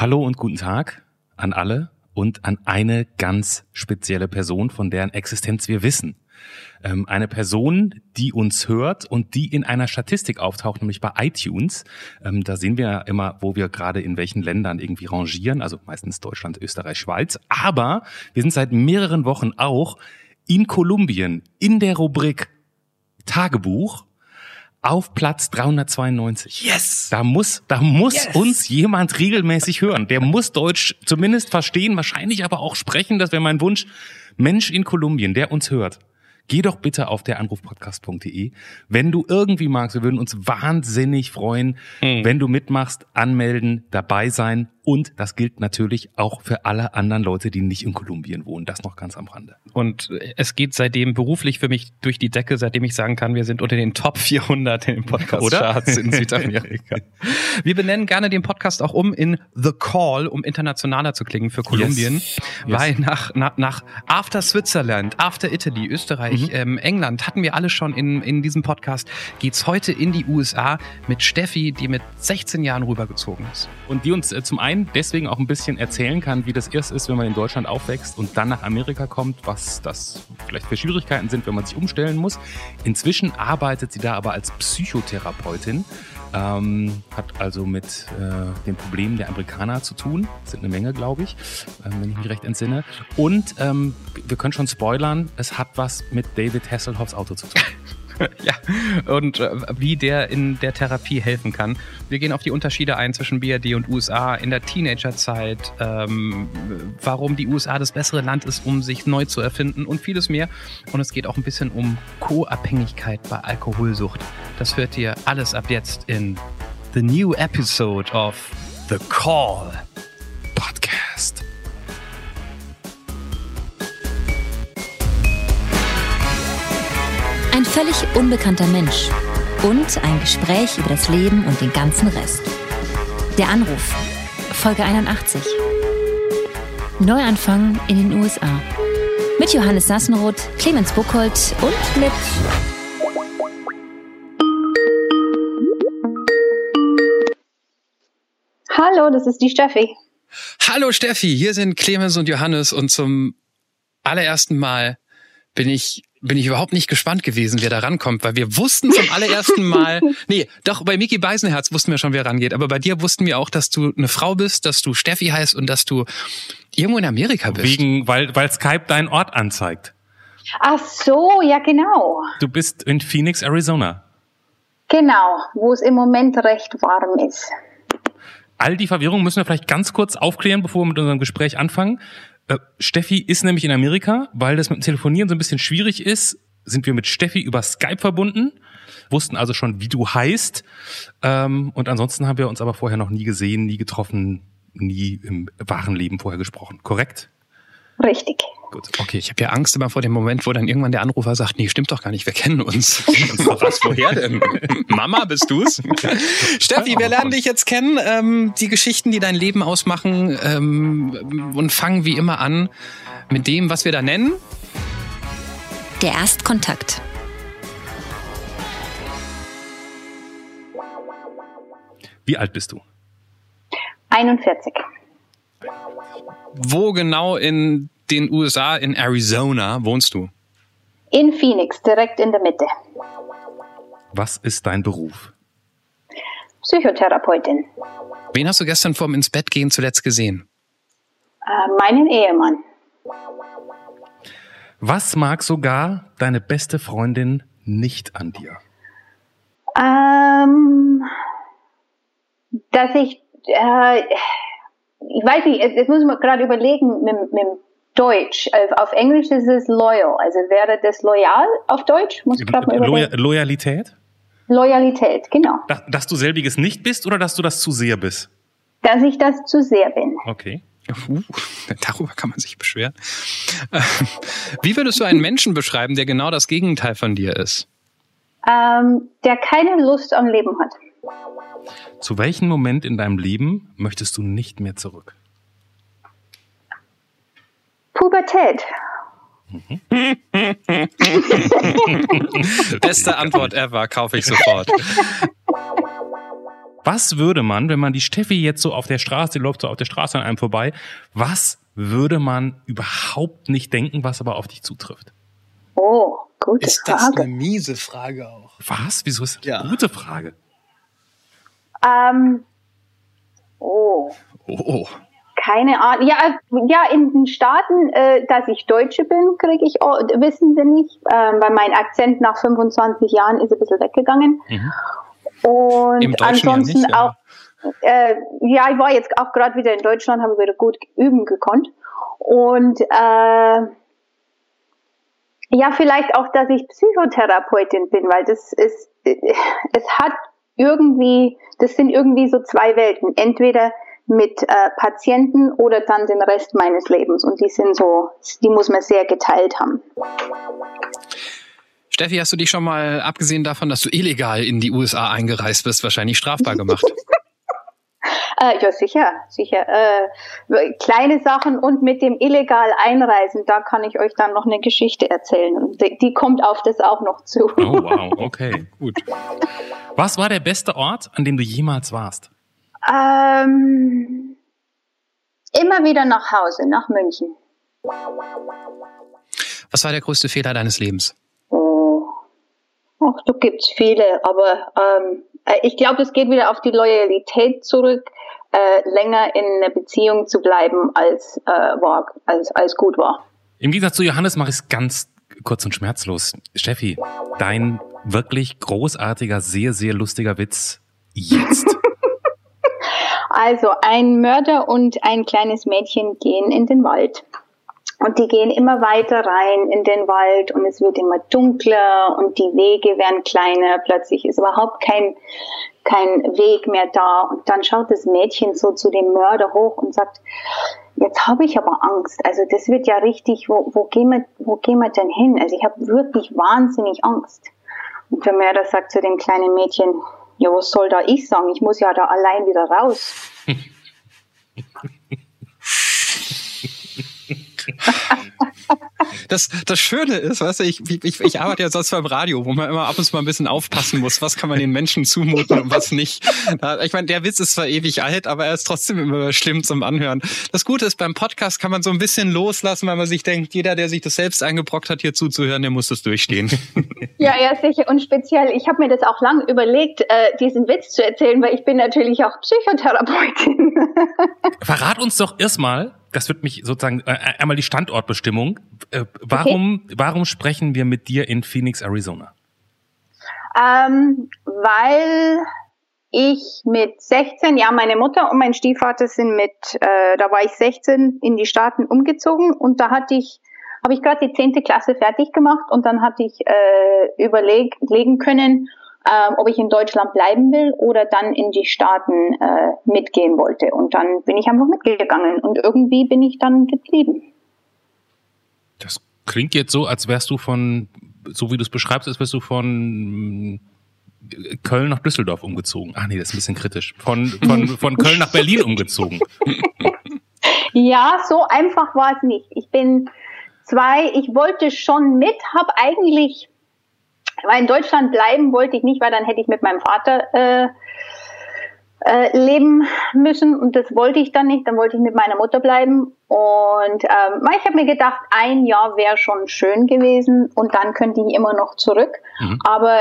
Hallo und guten Tag an alle und an eine ganz spezielle Person, von deren Existenz wir wissen. Eine Person, die uns hört und die in einer Statistik auftaucht, nämlich bei iTunes. Da sehen wir ja immer, wo wir gerade in welchen Ländern irgendwie rangieren, also meistens Deutschland, Österreich, Schweiz. Aber wir sind seit mehreren Wochen auch in Kolumbien in der Rubrik Tagebuch auf Platz 392. Yes! Da muss uns jemand regelmäßig hören. Der muss Deutsch zumindest verstehen, wahrscheinlich aber auch sprechen. Das wäre mein Wunsch. Mensch in Kolumbien, der uns hört. Geh doch bitte auf deranrufpodcast.de. Wenn du irgendwie magst, wir würden uns wahnsinnig freuen, wenn du mitmachst, anmelden, dabei sein. Und das gilt natürlich auch für alle anderen Leute, die nicht in Kolumbien wohnen. Das noch ganz am Rande. Und es geht seitdem beruflich für mich durch die Decke, seitdem ich sagen kann, wir sind unter den Top 400 in den Podcast-Charts in Südamerika. Wir benennen gerne den Podcast auch in The Call, um internationaler zu klingen für Kolumbien. Yes. Weil nach After Switzerland, After Italy, Österreich, England hatten wir alle schon in diesem Podcast. Geht's heute in die USA mit Steffi, die mit 16 Jahren rübergezogen ist. Und die uns zum einen deswegen auch ein bisschen erzählen kann, wie das erst ist, wenn man in Deutschland aufwächst und dann nach Amerika kommt, was das vielleicht für Schwierigkeiten sind, wenn man sich umstellen muss. Inzwischen arbeitet sie da aber als Psychotherapeutin, hat also mit den Problemen der Amerikaner zu tun. Das sind eine Menge, glaube ich, wenn ich mich recht entsinne. Und wir können schon spoilern, es hat was mit David Hasselhoffs Auto zu tun. Ja, und wie der in der Therapie helfen kann. Wir gehen auf die Unterschiede ein zwischen BRD und USA in der Teenagerzeit, warum die USA das bessere Land ist, um sich neu zu erfinden und vieles mehr. Und es geht auch ein bisschen um Co-Abhängigkeit bei Alkoholsucht. Das hört ihr alles ab jetzt in the new episode of The Call Podcast. Ein völlig unbekannter Mensch und ein Gespräch über das Leben und den ganzen Rest. Der Anruf, Folge 81. Neuanfang in den USA. Mit Johannes Sassenroth, Clemens Buchholz und mit... Hallo, das ist die Steffi. Hallo Steffi, hier sind Clemens und Johannes und zum allerersten Mal bin ich überhaupt nicht gespannt gewesen, wer da rankommt, weil wir wussten zum allerersten Mal, bei Micky Beisenherz wussten wir schon, wer rangeht, aber bei dir wussten wir auch, dass du eine Frau bist, dass du Steffi heißt und dass du irgendwo in Amerika bist. Weil Skype deinen Ort anzeigt. Ach so, ja genau. Du bist in Phoenix, Arizona. Genau, wo es im Moment recht warm ist. All die Verwirrung müssen wir vielleicht ganz kurz aufklären, bevor wir mit unserem Gespräch anfangen. Steffi ist nämlich in Amerika, weil das mit dem Telefonieren so ein bisschen schwierig ist, sind wir mit Steffi über Skype verbunden, wussten also schon, wie du heißt, und ansonsten haben wir uns aber vorher noch nie gesehen, nie getroffen, nie im wahren Leben vorher gesprochen, korrekt? Richtig. Gut, okay, ich habe ja Angst immer vor dem Moment, wo dann irgendwann der Anrufer sagt, nee, stimmt doch gar nicht, wir kennen uns. Was, woher denn? Mama, bist du's? Steffi, wir lernen dich jetzt kennen, die Geschichten, die dein Leben ausmachen, und fangen wie immer an mit dem, was wir da nennen. Der Erstkontakt. Wie alt bist du? 41. Wo genau in den USA, in Arizona, wohnst du? In Phoenix, direkt in der Mitte. Was ist dein Beruf? Psychotherapeutin. Wen hast du gestern vorm ins Bett gehen zuletzt gesehen? Meinen Ehemann. Was mag sogar deine beste Freundin nicht an dir? Dass ich weiß nicht, jetzt muss man gerade überlegen mit Deutsch. Auf Englisch ist es loyal. Also wäre das loyal auf Deutsch? Muss ich gerade mal überlegen. Loyalität? Loyalität, genau. Dass du selbiges nicht bist oder dass du das zu sehr bist? Dass ich das zu sehr bin. Okay. Darüber kann man sich beschweren. Wie würdest du einen Menschen beschreiben, der genau das Gegenteil von dir ist? Der keine Lust am Leben hat. Zu welchem Moment in deinem Leben möchtest du nicht mehr zurück? Pubertät. Beste Antwort ever, kaufe ich sofort. Was würde man, wenn man die Steffi jetzt so auf der Straße, die läuft so auf der Straße an einem vorbei, was würde man überhaupt nicht denken, was aber auf dich zutrifft? Oh, gute Frage. Ist das eine miese Frage auch? Was? Wieso ist das eine gute Frage? Keine Ahnung. Ja, in den Staaten, dass ich Deutsche bin, wissen sie nicht, weil mein Akzent nach 25 Jahren ist ein bisschen weggegangen. Mhm. Und ansonsten nicht, auch, ich war jetzt auch gerade wieder in Deutschland, habe wieder gut üben gekonnt. Und vielleicht auch, dass ich Psychotherapeutin bin, weil das sind irgendwie so zwei Welten. Entweder mit Patienten oder dann den Rest meines Lebens. Und die muss man sehr geteilt haben. Steffi, hast du dich schon mal, abgesehen davon, dass du illegal in die USA eingereist bist, wahrscheinlich strafbar gemacht? Ja, sicher. Kleine Sachen und mit dem illegal Einreisen, da kann ich euch dann noch eine Geschichte erzählen. Und die kommt auf das auch noch zu. Oh, wow, okay, gut. Was war der beste Ort, an dem du jemals warst? Immer wieder nach Hause, nach München. Was war der größte Fehler deines Lebens? Da gibt's viele, aber ich glaube, es geht wieder auf die Loyalität zurück, länger in einer Beziehung zu bleiben, als gut war. Im Gegensatz zu Johannes mache ich es ganz kurz und schmerzlos. Steffi, dein wirklich großartiger, sehr, sehr lustiger Witz jetzt. Also, ein Mörder und ein kleines Mädchen gehen in den Wald. Und die gehen immer weiter rein in den Wald und es wird immer dunkler und die Wege werden kleiner. Plötzlich ist überhaupt kein Weg mehr da. Und dann schaut das Mädchen so zu dem Mörder hoch und sagt, jetzt habe ich aber Angst. Also das wird ja richtig, wo gehen wir denn hin? Also ich habe wirklich wahnsinnig Angst. Und der Mörder sagt zu dem kleinen Mädchen, ja, was soll da ich sagen? Ich muss ja da allein wieder raus. Das Schöne ist, weißt du, ich arbeite ja sonst beim Radio, wo man immer ab und zu mal ein bisschen aufpassen muss, was kann man den Menschen zumuten und was nicht. Ich meine, der Witz ist zwar ewig alt, aber er ist trotzdem immer schlimm zum Anhören. Das Gute ist, beim Podcast kann man so ein bisschen loslassen, weil man sich denkt, jeder, der sich das selbst eingebrockt hat, hier zuzuhören, der muss das durchstehen. Ja, sicher. Und speziell, ich habe mir das auch lange überlegt, diesen Witz zu erzählen, weil ich bin natürlich auch Psychotherapeutin. Verrat uns doch erstmal, das wird mich sozusagen einmal die Standortbestimmung. Warum sprechen wir mit dir in Phoenix, Arizona? Weil ich mit 16, meine Mutter und mein Stiefvater sind da war ich 16 in die Staaten umgezogen und da habe ich gerade die 10. Klasse fertig gemacht und dann hatte ich überlegen können, ob ich in Deutschland bleiben will oder dann in die Staaten mitgehen wollte. Und dann bin ich einfach mitgegangen und irgendwie bin ich dann geblieben. Das klingt jetzt so, als wärst du so wie du es beschreibst, als wärst du von Köln nach Düsseldorf umgezogen. Ach nee, das ist ein bisschen kritisch. Von Köln nach Berlin umgezogen. Ja, so einfach war es nicht. Ich wollte schon weil in Deutschland bleiben wollte ich nicht, weil dann hätte ich mit meinem Vater leben müssen und das wollte ich dann nicht, dann wollte ich mit meiner Mutter bleiben und ich habe mir gedacht, ein Jahr wäre schon schön gewesen und dann könnte ich immer noch zurück, aber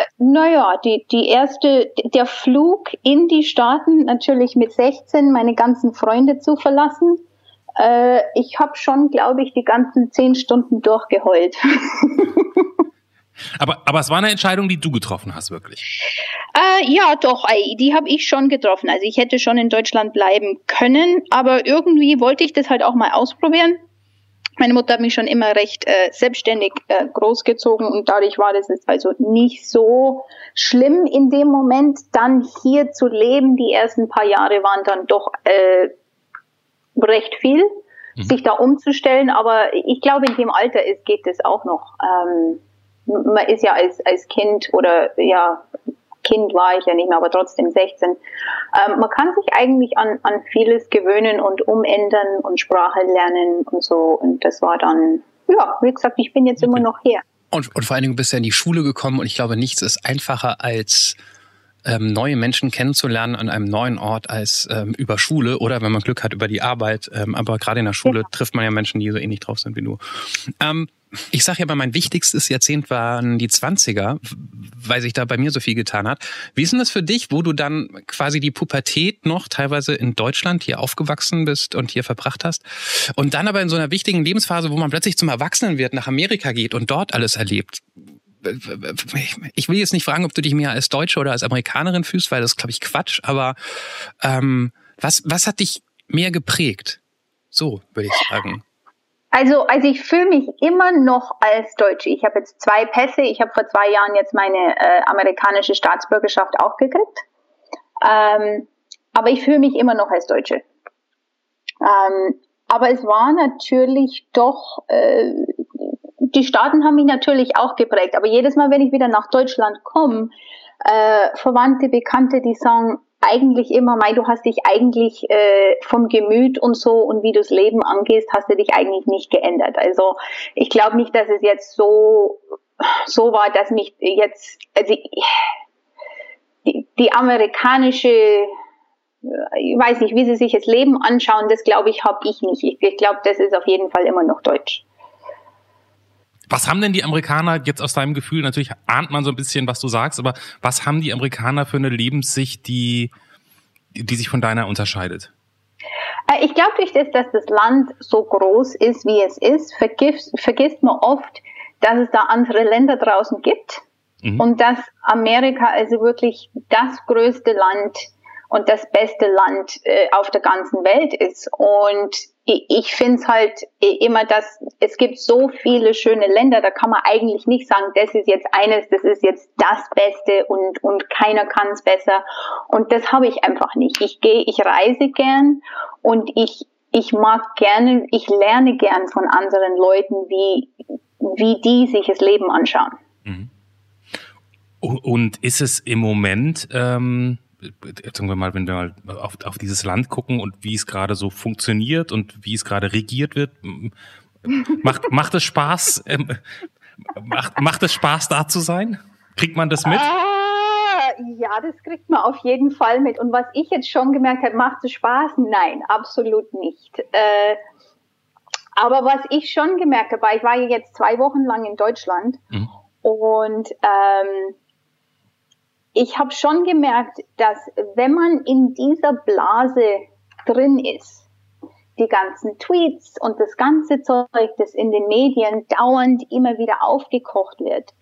der Flug in die Staaten, natürlich mit 16 meine ganzen Freunde zu verlassen, ich habe schon, glaube ich, die ganzen 10 Stunden durchgeheult. Aber es war eine Entscheidung, die du getroffen hast, wirklich? Ja, doch, die habe ich schon getroffen. Also ich hätte schon in Deutschland bleiben können, aber irgendwie wollte ich das halt auch mal ausprobieren. Meine Mutter hat mich schon immer recht selbstständig großgezogen und dadurch war das jetzt also nicht so schlimm in dem Moment, dann hier zu leben. Die ersten paar Jahre waren dann doch recht viel, sich da umzustellen, aber ich glaube, in dem Alter geht das auch noch. Man ist ja als Kind Kind war ich ja nicht mehr, aber trotzdem 16. Man kann sich eigentlich an vieles gewöhnen und umändern und Sprache lernen und so. Und das war dann, wie gesagt, ich bin jetzt immer noch hier. Und vor allen Dingen bist du ja in die Schule gekommen und ich glaube, nichts ist einfacher als neue Menschen kennenzulernen an einem neuen Ort als über Schule oder, wenn man Glück hat, über die Arbeit. Aber gerade in der Schule trifft man ja Menschen, die so ähnlich drauf sind wie du. Ich sage ja mal, mein wichtigstes Jahrzehnt waren die 20er, weil sich da bei mir so viel getan hat. Wie ist denn das für dich, wo du dann quasi die Pubertät noch teilweise in Deutschland hier aufgewachsen bist und hier verbracht hast und dann aber in so einer wichtigen Lebensphase, wo man plötzlich zum Erwachsenen wird, nach Amerika geht und dort alles erlebt? Ich will jetzt nicht fragen, ob du dich mehr als Deutsche oder als Amerikanerin fühlst, weil das ist, glaube ich, Quatsch, aber was hat dich mehr geprägt? So würde ich sagen. Also ich fühle mich immer noch als Deutsche. Ich habe jetzt 2 Pässe. Ich habe vor 2 Jahren jetzt meine amerikanische Staatsbürgerschaft auch gekriegt. Aber ich fühle mich immer noch als Deutsche. Aber es war natürlich doch, die Staaten haben mich natürlich auch geprägt. Aber jedes Mal, wenn ich wieder nach Deutschland komme, Verwandte, Bekannte, die sagen eigentlich immer, du hast dich eigentlich vom Gemüt und so und wie du das Leben angehst, hast du dich eigentlich nicht geändert. Also ich glaube nicht, dass es jetzt so war, dass mich jetzt die amerikanische, ich weiß nicht, wie sie sich das Leben anschauen, das glaube ich, habe ich nicht. Ich glaube, das ist auf jeden Fall immer noch deutsch. Was haben denn die Amerikaner jetzt aus deinem Gefühl, natürlich ahnt man so ein bisschen, was du sagst, aber was haben die Amerikaner für eine Lebenssicht, die sich von deiner unterscheidet? Ich glaube, durch das, dass das Land so groß ist, wie es ist, vergisst man oft, dass es da andere Länder draußen gibt und dass Amerika also wirklich das größte Land und das beste Land auf der ganzen Welt ist. Und ich finde es halt immer, dass es gibt so viele schöne Länder, da kann man eigentlich nicht sagen, das ist jetzt das ist jetzt das Beste und keiner kann es besser. Und das habe ich einfach nicht. Ich reise gern und ich mag gerne, ich lerne gern von anderen Leuten, wie die sich das Leben anschauen. Und ist es im Moment, sagen wir mal, wenn wir mal auf dieses Land gucken und wie es gerade so funktioniert und wie es gerade regiert wird, macht es Spaß, macht es Spaß, da zu sein? Kriegt man das mit? Ja, das kriegt man auf jeden Fall mit. Und was ich jetzt schon gemerkt habe, macht es Spaß? Nein, absolut nicht. Aber was ich schon gemerkt habe, ich war jetzt 2 Wochen lang in Deutschland und ich habe schon gemerkt, dass wenn man in dieser Blase drin ist, die ganzen Tweets und das ganze Zeug, das in den Medien dauernd immer wieder aufgekocht wird,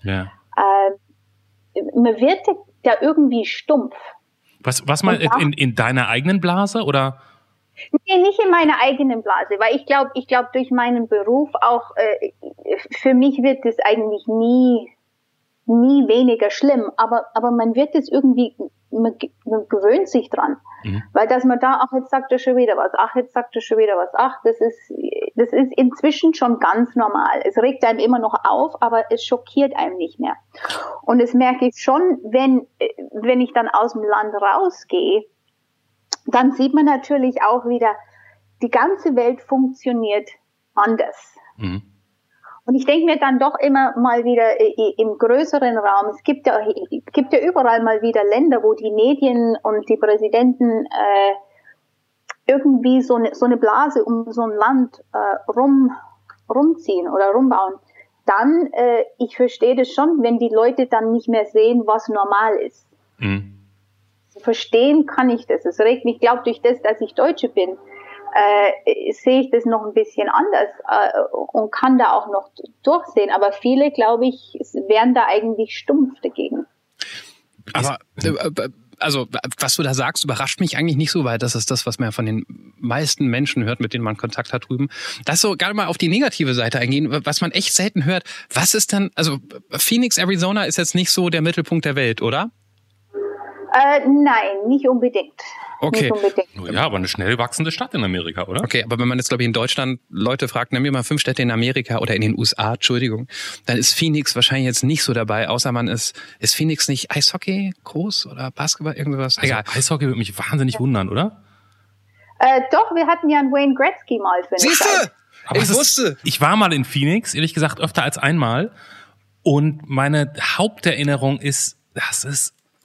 man wird da irgendwie stumpf. Was mal in deiner eigenen Blase oder? Nee, nicht in meiner eigenen Blase, weil ich glaube durch meinen Beruf auch, für mich wird es eigentlich nie weniger schlimm, aber man wird es irgendwie, man gewöhnt sich dran. Weil dass man da, ach, jetzt sagt er schon wieder was, ach, jetzt sagt er schon wieder was, ach, das ist inzwischen schon ganz normal. Es regt einem immer noch auf, aber es schockiert einem nicht mehr. Und das merke ich schon, wenn ich dann aus dem Land rausgehe, dann sieht man natürlich auch wieder, die ganze Welt funktioniert anders. Und ich denke mir dann doch immer mal wieder im größeren Raum, es gibt ja überall mal wieder Länder, wo die Medien und die Präsidenten irgendwie so eine Blase um so ein Land rumziehen oder rumbauen. Dann, ich verstehe das schon, wenn die Leute dann nicht mehr sehen, was normal ist. Verstehen kann ich das. Es regt mich, glaube durch das, dass ich Deutsche bin, sehe ich das noch ein bisschen anders und kann da auch noch durchsehen. Aber viele, glaube ich, wären da eigentlich stumpf dagegen. Aber also was du da sagst, überrascht mich eigentlich nicht so, weil das ist das, was man ja von den meisten Menschen hört, mit denen man Kontakt hat drüben. Lass so gerne mal auf die negative Seite eingehen, was man echt selten hört. Was ist dann, also Phoenix, Arizona ist jetzt nicht so der Mittelpunkt der Welt, oder? Nein, nicht unbedingt. Okay. Ja, aber eine schnell wachsende Stadt in Amerika, oder? Okay, aber wenn man jetzt, glaube ich, in Deutschland Leute fragt, nehmen wir mal 5 Städte in Amerika oder in den USA, Entschuldigung, dann ist Phoenix wahrscheinlich jetzt nicht so dabei, außer man ist Phoenix nicht Eishockey groß oder Basketball, irgendwas? Also egal. Eishockey würde mich wahnsinnig wundern, oder? Doch, wir hatten ja einen Wayne Gretzky mal für eine Zeit. Ich wusste! Ich war mal in Phoenix, ehrlich gesagt, öfter als einmal. Und meine Haupterinnerung ist, das ist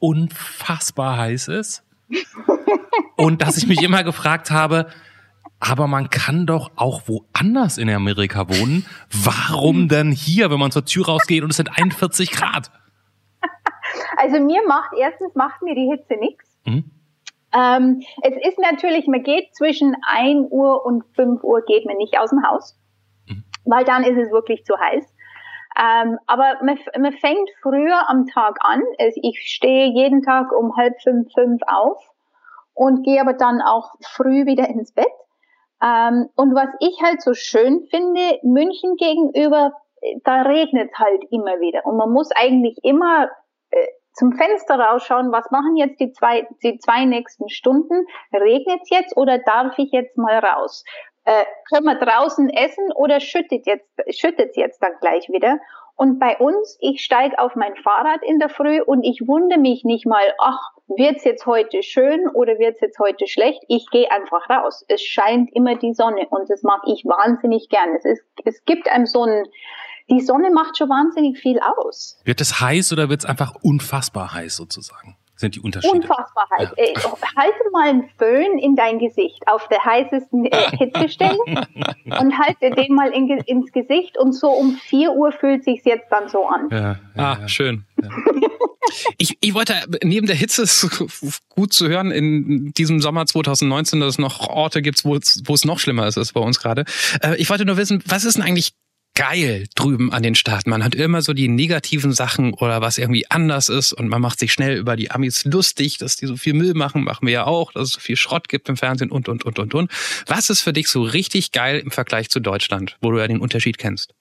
unfassbar heiß ist. Und dass ich mich immer gefragt habe, aber man kann doch auch woanders in Amerika wohnen. Warum denn hier, wenn man zur Tür rausgeht und es sind 41 Grad? Also erstens macht mir die Hitze nichts. Es ist natürlich, man geht zwischen 1 Uhr und 5 Uhr geht man nicht aus dem Haus, weil dann ist es wirklich zu heiß. Aber man fängt früher am Tag an. Also ich stehe jeden Tag um 4:30 auf und gehe aber dann auch früh wieder ins Bett. Und was ich halt so schön finde, München gegenüber, da regnet es halt immer wieder. Und man muss eigentlich immer zum Fenster rausschauen, was machen jetzt die zwei nächsten Stunden? Regnet es jetzt oder darf ich jetzt mal raus? Können wir draußen essen oder schüttet es jetzt dann gleich wieder? Und bei uns, ich steige auf mein Fahrrad in der Früh und ich wundere mich nicht mal, wird's jetzt heute schön oder wird's jetzt heute schlecht? Ich gehe einfach raus. Es scheint immer die Sonne und das mag ich wahnsinnig gern. Es gibt einem die Sonne macht schon wahnsinnig viel aus. Wird es heiß oder wird es einfach unfassbar heiß sozusagen? Sind die Unterschiede? Unfassbar heiß. Ja. Halte mal einen Föhn in dein Gesicht auf der heißesten Hitzestelle und halte den mal ins Gesicht und so um 4 Uhr fühlt sich's jetzt dann so an. Ja. Schön. Ja. Ich wollte, neben der Hitze ist gut zu hören, in diesem Sommer 2019, dass es noch Orte gibt, wo es noch schlimmer ist als bei uns gerade. Ich wollte nur wissen, was ist denn eigentlich geil drüben an den Staaten? Man hat immer so die negativen Sachen oder was irgendwie anders ist und man macht sich schnell über die Amis lustig, dass die so viel Müll machen wir ja auch, dass es so viel Schrott gibt im Fernsehen und. Was ist für dich so richtig geil im Vergleich zu Deutschland, wo du ja den Unterschied kennst?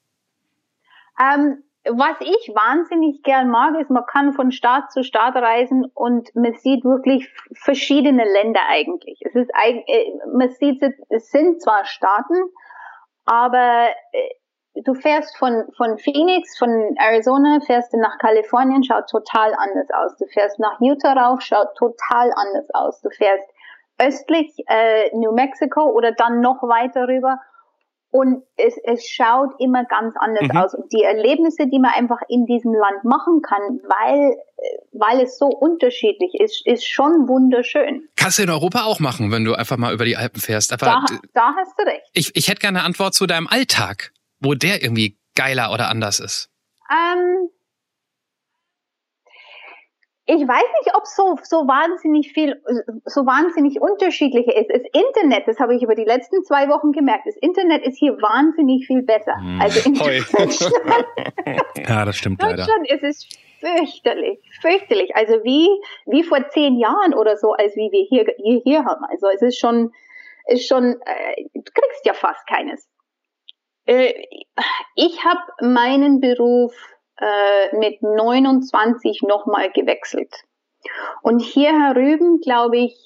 Was ich wahnsinnig gern mag, ist, man kann von Staat zu Staat reisen und man sieht wirklich verschiedene Länder eigentlich. Man sieht, es sind zwar Staaten, aber du fährst von Phoenix, von Arizona, fährst du nach Kalifornien, schaut total anders aus. Du fährst nach Utah rauf, schaut total anders aus. Du fährst östlich New Mexico oder dann noch weiter rüber und es schaut immer ganz anders aus. Und die Erlebnisse, die man einfach in diesem Land machen kann, weil es so unterschiedlich ist schon wunderschön. Kannst du in Europa auch machen, wenn du einfach mal über die Alpen fährst. Aber da hast du recht. Ich hätte gerne eine Antwort zu deinem Alltag, wo der irgendwie geiler oder anders ist. Ich weiß nicht, ob so wahnsinnig unterschiedlich ist. Das Internet, das habe ich über die letzten 2 Wochen gemerkt, das Internet ist hier wahnsinnig viel besser. Also in Deutschland. Ja, das stimmt leider. Deutschland ist es fürchterlich. Also wie vor 10 Jahren oder so, als wie wir hier haben. Also es ist schon, du kriegst ja fast keines. Ich habe meinen Beruf mit 29 nochmal gewechselt. Und hier herüben, glaube ich,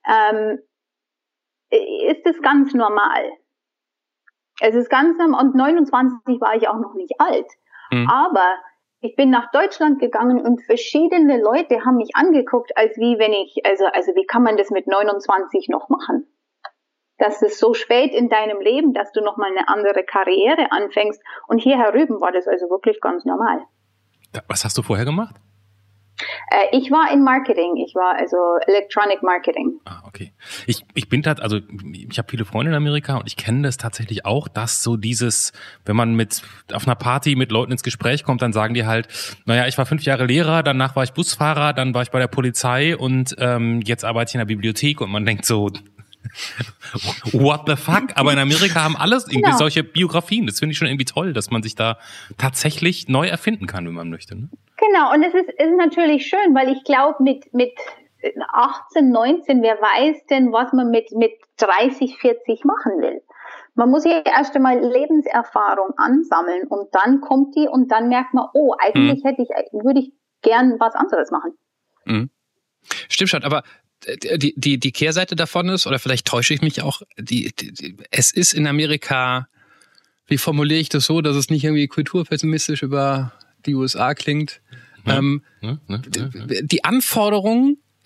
ist es ganz normal. Es ist ganz normal und 29 war ich auch noch nicht alt. Aber ich bin nach Deutschland gegangen und verschiedene Leute haben mich angeguckt, als wie kann man das mit 29 noch machen? Das ist so spät in deinem Leben, dass du nochmal eine andere Karriere anfängst. Und hier herüben war das also wirklich ganz normal. Was hast du vorher gemacht? Ich war in Marketing. Ich war also Electronic Marketing. Okay. Ich habe viele Freunde in Amerika und ich kenne das tatsächlich auch, dass so dieses, wenn man auf einer Party mit Leuten ins Gespräch kommt, dann sagen die halt, naja, ich war 5 Jahre Lehrer, danach war ich Busfahrer, dann war ich bei der Polizei und jetzt arbeite ich in der Bibliothek und man denkt so, what the fuck? Aber in Amerika haben alles irgendwie solche Biografien. Das finde ich schon irgendwie toll, dass man sich da tatsächlich neu erfinden kann, wenn man möchte. Ne? Genau, und es ist natürlich schön, weil ich glaube, mit 18, 19, wer weiß denn, was man mit 30, 40 machen will. Man muss ja erst einmal Lebenserfahrung ansammeln und dann kommt die und dann merkt man, eigentlich würde ich gern was anderes machen. Stimmt schon, aber die Kehrseite davon ist, oder vielleicht täusche ich mich auch, es ist in Amerika, wie formuliere ich das so, dass es nicht irgendwie kulturpessimistisch über die USA klingt. Die Anforderungen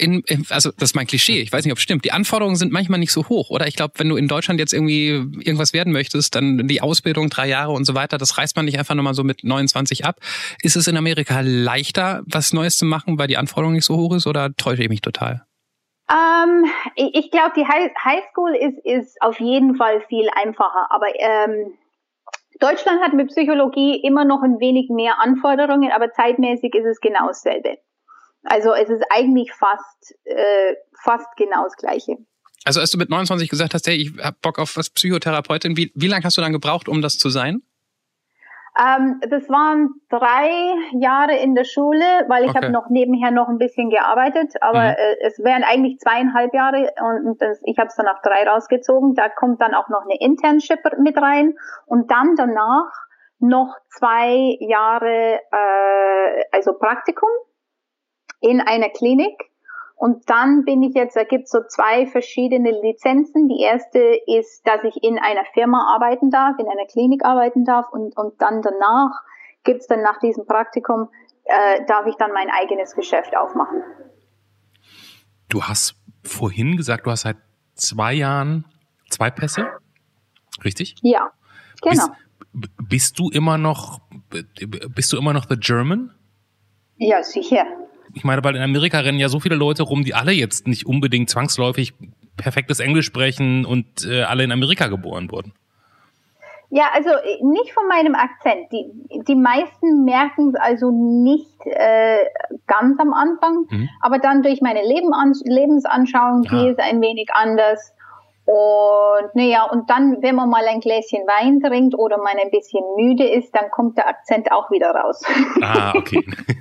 also das ist mein Klischee, ich weiß nicht, ob es stimmt, die Anforderungen sind manchmal nicht so hoch, oder? Ich glaube, wenn du in Deutschland jetzt irgendwie irgendwas werden möchtest, dann die Ausbildung 3 Jahre und so weiter, das reißt man nicht einfach nochmal so mit 29 ab. Ist es in Amerika leichter, was Neues zu machen, weil die Anforderung nicht so hoch ist, oder täusche ich mich total? Ich glaube, die Highschool ist auf jeden Fall viel einfacher, aber Deutschland hat mit Psychologie immer noch ein wenig mehr Anforderungen, aber zeitmäßig ist es genau dasselbe. Also es ist eigentlich fast genau das Gleiche. Also als du mit 29 gesagt hast, hey, ich hab Bock auf was Psychotherapeutin, wie lange hast du dann gebraucht, um das zu sein? Das waren 3 Jahre in der Schule, weil ich habe noch nebenher noch ein bisschen gearbeitet, aber es wären eigentlich 2,5 Jahre und ich habe es dann auf 3 rausgezogen. Da kommt dann auch noch eine Internship mit rein und dann danach noch 2 Jahre also Praktikum in einer Klinik. Und dann bin ich jetzt, da gibt es so 2 verschiedene Lizenzen. Die erste ist, dass ich in einer Firma arbeiten darf, in einer Klinik arbeiten darf und dann danach gibt's dann nach diesem Praktikum, darf ich dann mein eigenes Geschäft aufmachen. Du hast vorhin gesagt, du hast seit 2 Jahren 2 Pässe, richtig? Ja, genau. Bist du immer noch the German? Ja, sicher. Ich meine, weil in Amerika rennen ja so viele Leute rum, die alle jetzt nicht unbedingt zwangsläufig perfektes Englisch sprechen und alle in Amerika geboren wurden. Ja, also nicht von meinem Akzent. Die meisten merken es also nicht ganz am Anfang, aber dann durch meine Lebensanschauung, die ist ein wenig anders. Und naja, und dann, wenn man mal ein Gläschen Wein trinkt oder man ein bisschen müde ist, dann kommt der Akzent auch wieder raus. Ah, okay.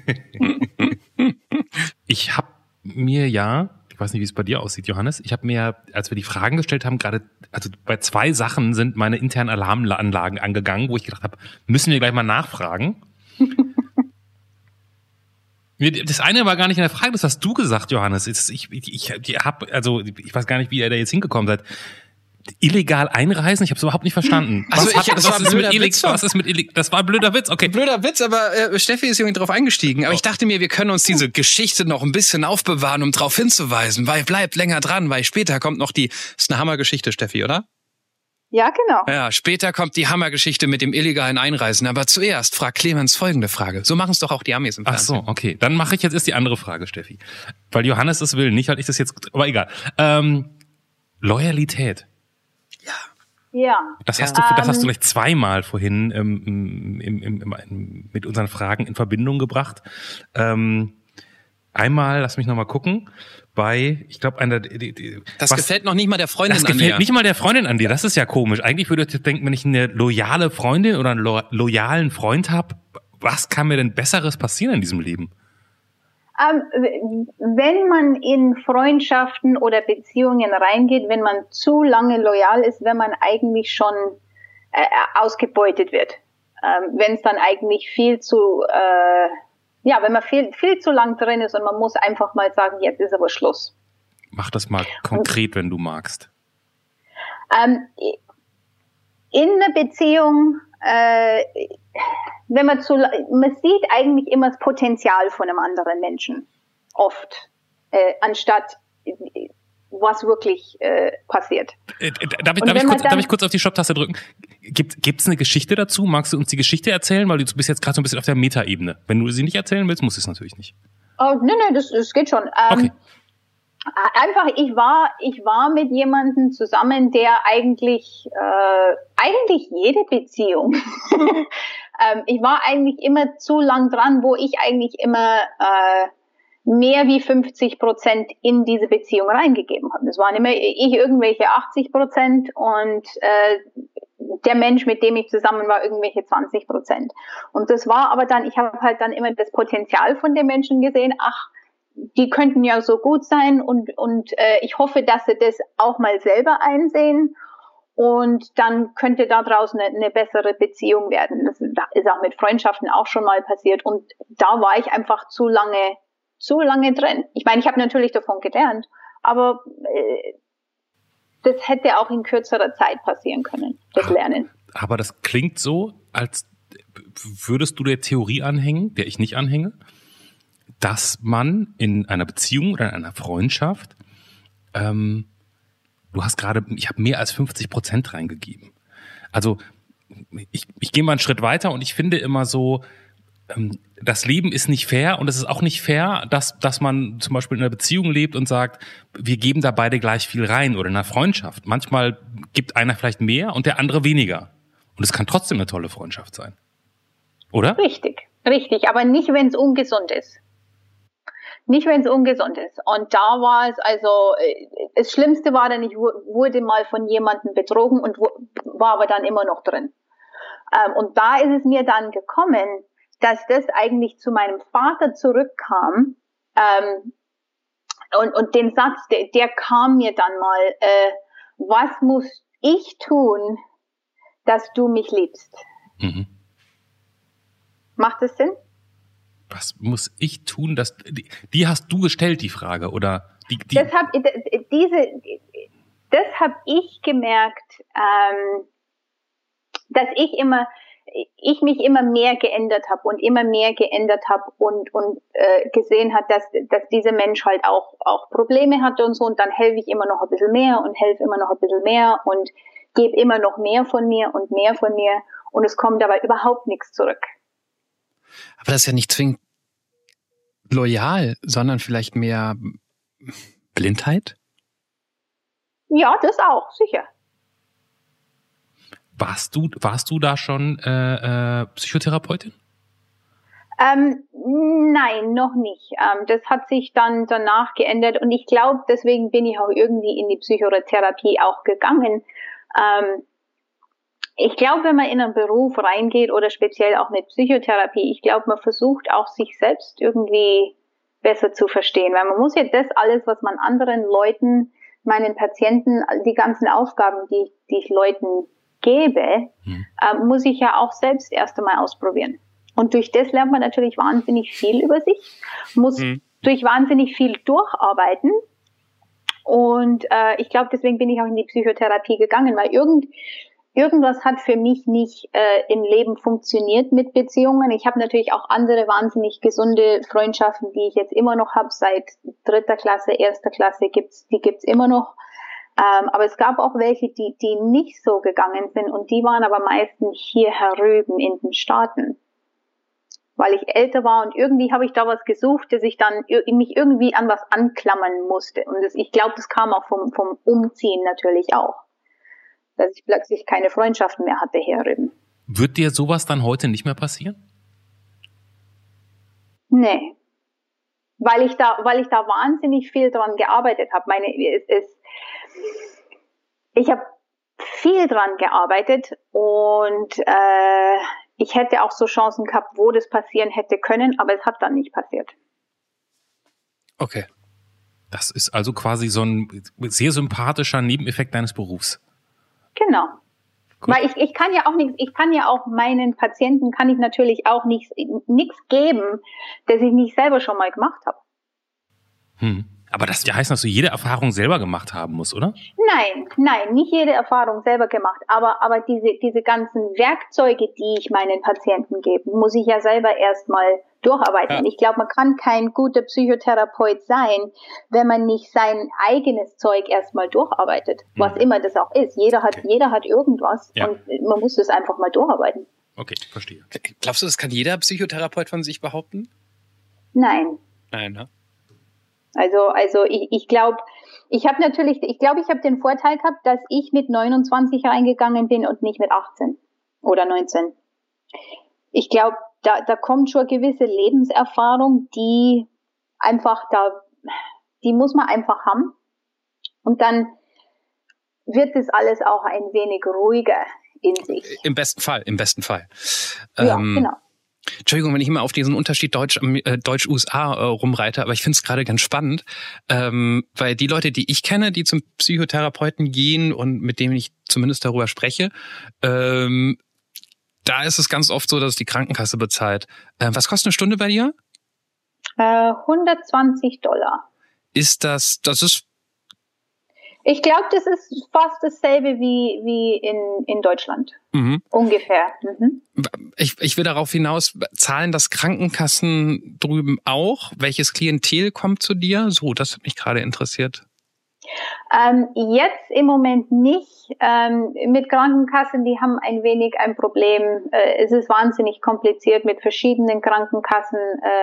Ich habe mir ich weiß nicht, wie es bei dir aussieht, Johannes, ich habe mir, als wir die Fragen gestellt haben, gerade, also bei 2 Sachen sind meine internen Alarmanlagen angegangen, wo ich gedacht habe, müssen wir gleich mal nachfragen. Das eine war gar nicht in der Frage, das hast du gesagt, Johannes. Ich weiß gar nicht, wie ihr da jetzt hingekommen seid. Illegal einreisen? Ich habe es überhaupt nicht verstanden. Das war ein blöder Witz, okay. Blöder Witz, aber Steffi ist irgendwie drauf eingestiegen. Aber ich dachte mir, wir können uns diese Geschichte noch ein bisschen aufbewahren, um drauf hinzuweisen, weil bleibt länger dran, weil später kommt noch ist eine Hammergeschichte, Steffi, oder? Ja, genau. Ja, später kommt die Hammergeschichte mit dem illegalen Einreisen. Aber zuerst fragt Clemens folgende Frage. So machen es doch auch die Amis im Fernsehen. Ach so, okay. Dann mache ich jetzt erst die andere Frage, Steffi. Weil Johannes es will, nicht weil ich das jetzt... Aber egal. Loyalität. Ja. Das hast du gleich 2-mal vorhin mit unseren Fragen in Verbindung gebracht. Einmal, lass mich nochmal gucken, ich glaube, das gefällt noch nicht mal der Freundin an dir. Das gefällt nicht mal der Freundin an dir, das ist ja komisch. Eigentlich würde ich denken, wenn ich eine loyale Freundin oder einen loyalen Freund habe, was kann mir denn Besseres passieren in diesem Leben? Wenn man in Freundschaften oder Beziehungen reingeht, wenn man zu lange loyal ist, wenn man eigentlich schon ausgebeutet wird. Wenn es dann eigentlich wenn man viel zu lang drin ist und man muss einfach mal sagen, jetzt ist aber Schluss. Mach das mal konkret, wenn du magst. In einer Beziehung, man sieht eigentlich immer das Potenzial von einem anderen Menschen. Oft. Anstatt was wirklich passiert. Darf ich kurz auf die Stopptaste drücken? Gibt's eine Geschichte dazu? Magst du uns die Geschichte erzählen? Weil du bist jetzt gerade so ein bisschen auf der Metaebene. Wenn du sie nicht erzählen willst, musst du es natürlich nicht. Oh, nee, das geht schon. Okay. Einfach, ich war mit jemandem zusammen, der eigentlich jede Beziehung. Ich war eigentlich immer zu lang dran, wo ich eigentlich immer mehr wie 50% in diese Beziehung reingegeben habe. Das waren immer ich irgendwelche 80% und der Mensch, mit dem ich zusammen war, irgendwelche 20%. Und das war aber dann, ich habe halt dann immer das Potenzial von den Menschen gesehen, die könnten ja so gut sein und ich hoffe, dass sie das auch mal selber einsehen und dann könnte da draußen eine bessere Beziehung werden. Das ist auch mit Freundschaften auch schon mal passiert und da war ich einfach zu lange drin. Ich meine, ich habe natürlich davon gelernt, aber das hätte auch in kürzerer Zeit passieren können, das Lernen. Aber das klingt so, als würdest du der Theorie anhängen, der ich nicht anhänge, dass man in einer Beziehung oder in einer Freundschaft, du hast gerade, ich habe mehr als 50% reingegeben. Also ich gehe mal einen Schritt weiter und ich finde immer so, das Leben ist nicht fair und es ist auch nicht fair, dass man zum Beispiel in einer Beziehung lebt und sagt, wir geben da beide gleich viel rein oder in einer Freundschaft. Manchmal gibt einer vielleicht mehr und der andere weniger. Und es kann trotzdem eine tolle Freundschaft sein. Oder? Richtig, aber nicht, wenn es ungesund ist. Nicht, wenn es ungesund ist. Und da war es, also, das Schlimmste war dann, ich wurde mal von jemandem betrogen und war aber dann immer noch drin. Und da ist es mir dann gekommen, dass das eigentlich zu meinem Vater zurückkam. Und den Satz, der kam mir dann mal, was muss ich tun, dass du mich liebst? Mhm. Macht das Sinn? Was muss ich tun, dass die hast du gestellt, die Frage, oder die? Das hab ich gemerkt, dass ich mich immer mehr geändert habe und gesehen hat, dass dieser Mensch halt auch Probleme hatte und so, und dann helfe ich immer noch ein bisschen mehr und helfe immer noch ein bisschen mehr und gebe immer noch mehr von mir und es kommt aber überhaupt nichts zurück. Aber das ist ja nicht zwingend loyal, sondern vielleicht mehr Blindheit? Ja, das auch, sicher. Warst du da schon Psychotherapeutin? Nein, noch nicht. Das hat sich dann danach geändert und ich glaube, deswegen bin ich auch irgendwie in die Psychotherapie auch gegangen. Ich glaube, wenn man in einen Beruf reingeht oder speziell auch mit Psychotherapie, ich glaube, man versucht auch sich selbst irgendwie besser zu verstehen, weil man muss ja das alles, was man anderen Leuten, meinen Patienten, die ganzen Aufgaben, die ich Leuten gebe, muss ich ja auch selbst erst einmal ausprobieren. Und durch das lernt man natürlich wahnsinnig viel über sich, muss durch wahnsinnig viel durcharbeiten. Und ich glaube, deswegen bin ich auch in die Psychotherapie gegangen, weil irgendwas hat für mich nicht im Leben funktioniert mit Beziehungen. Ich habe natürlich auch andere wahnsinnig gesunde Freundschaften, die ich jetzt immer noch habe, seit 3. Klasse, 1. Klasse die gibt's immer noch. Aber es gab auch welche, die nicht so gegangen sind und die waren aber meistens hier herüben in den Staaten. Weil ich älter war und irgendwie habe ich da was gesucht, dass ich dann mich irgendwie an was anklammern musste. Und ich glaube, das kam auch vom Umziehen natürlich auch. Dass ich plötzlich keine Freundschaften mehr hatte hier drüben. Wird dir sowas dann heute nicht mehr passieren? Nee. Weil ich da wahnsinnig viel dran gearbeitet habe. Ich habe viel dran gearbeitet und ich hätte auch so Chancen gehabt, wo das passieren hätte können, aber es hat dann nicht passiert. Okay. Das ist also quasi so ein sehr sympathischer Nebeneffekt deines Berufs. Genau. Gut. Weil ich kann ja auch nichts, ich kann ja auch meinen Patienten, kann ich natürlich auch nichts geben, das ich nicht selber schon mal gemacht habe. Aber das heißt, dass du jede Erfahrung selber gemacht haben musst, oder? Nein, nicht jede Erfahrung selber gemacht, aber diese ganzen Werkzeuge, die ich meinen Patienten gebe, muss ich ja selber erstmal durcharbeiten. Ja. Ich glaube, man kann kein guter Psychotherapeut sein, wenn man nicht sein eigenes Zeug erstmal durcharbeitet, was immer das auch ist. Jeder hat irgendwas und man muss das einfach mal durcharbeiten. Okay, verstehe. Glaubst du, das kann jeder Psychotherapeut von sich behaupten? Nein. Nein, ne? Also ich glaube, ich habe den Vorteil gehabt, dass ich mit 29 reingegangen bin und nicht mit 18 oder 19. Ich glaube, da kommt schon eine gewisse Lebenserfahrung, die muss man einfach haben. Und dann wird das alles auch ein wenig ruhiger in sich. Im besten Fall. Ja, genau. Entschuldigung, wenn ich immer auf diesen Unterschied Deutsch-USA rumreite, aber ich finde es gerade ganz spannend, weil die Leute, die ich kenne, die zum Psychotherapeuten gehen und mit denen ich zumindest darüber spreche, da ist es ganz oft so, dass es die Krankenkasse bezahlt. Was kostet eine Stunde bei dir? $120. Das ist Ich glaube, das ist fast dasselbe wie in Deutschland. Ungefähr. Ich will darauf hinaus, zahlen das Krankenkassen drüben auch? Welches Klientel kommt zu dir? So, das hat mich gerade interessiert. Jetzt im Moment nicht. Mit Krankenkassen, die haben ein wenig ein Problem. Es ist wahnsinnig kompliziert, mit verschiedenen Krankenkassen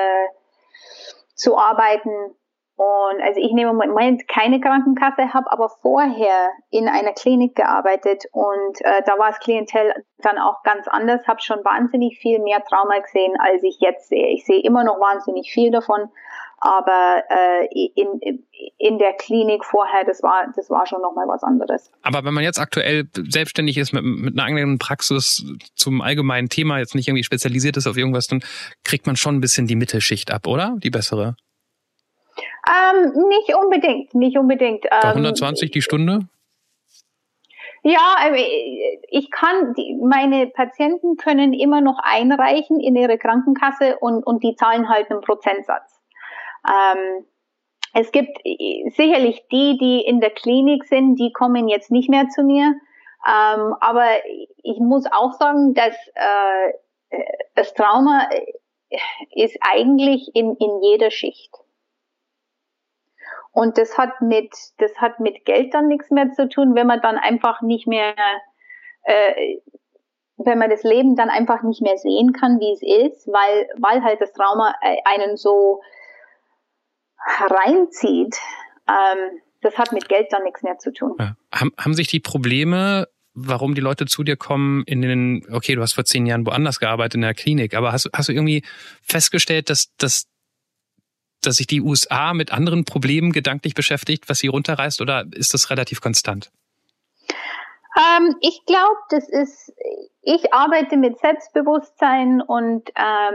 zu arbeiten. Und also ich nehme im Moment keine Krankenkasse, habe aber vorher in einer Klinik gearbeitet und da war das Klientel dann auch ganz anders, habe schon wahnsinnig viel mehr Trauma gesehen, als ich jetzt sehe. Ich sehe immer noch wahnsinnig viel davon, aber in der Klinik vorher, das war schon nochmal was anderes. Aber wenn man jetzt aktuell selbstständig ist mit einer eigenen Praxis zum allgemeinen Thema, jetzt nicht irgendwie spezialisiert ist auf irgendwas, dann kriegt man schon ein bisschen die Mittelschicht ab, oder? Die bessere? Nicht unbedingt. 120 die Stunde? Ja, meine Patienten können immer noch einreichen in ihre Krankenkasse und die zahlen halt einen Prozentsatz. Es gibt sicherlich die in der Klinik sind, die kommen jetzt nicht mehr zu mir. Aber ich muss auch sagen, dass das Trauma ist eigentlich in jeder Schicht. Und das hat mit Geld dann nichts mehr zu tun, wenn man dann einfach nicht mehr, wenn man das Leben dann einfach nicht mehr sehen kann, wie es ist, weil halt das Trauma einen so reinzieht. Das hat mit Geld dann nichts mehr zu tun. Ja. Haben sich die Probleme, warum die Leute zu dir kommen, okay, du hast vor 10 Jahren woanders gearbeitet in der Klinik, aber hast du irgendwie festgestellt, dass sich die USA mit anderen Problemen gedanklich beschäftigt, was sie runterreißt, oder ist das relativ konstant? Ich glaube, ich arbeite mit Selbstbewusstsein und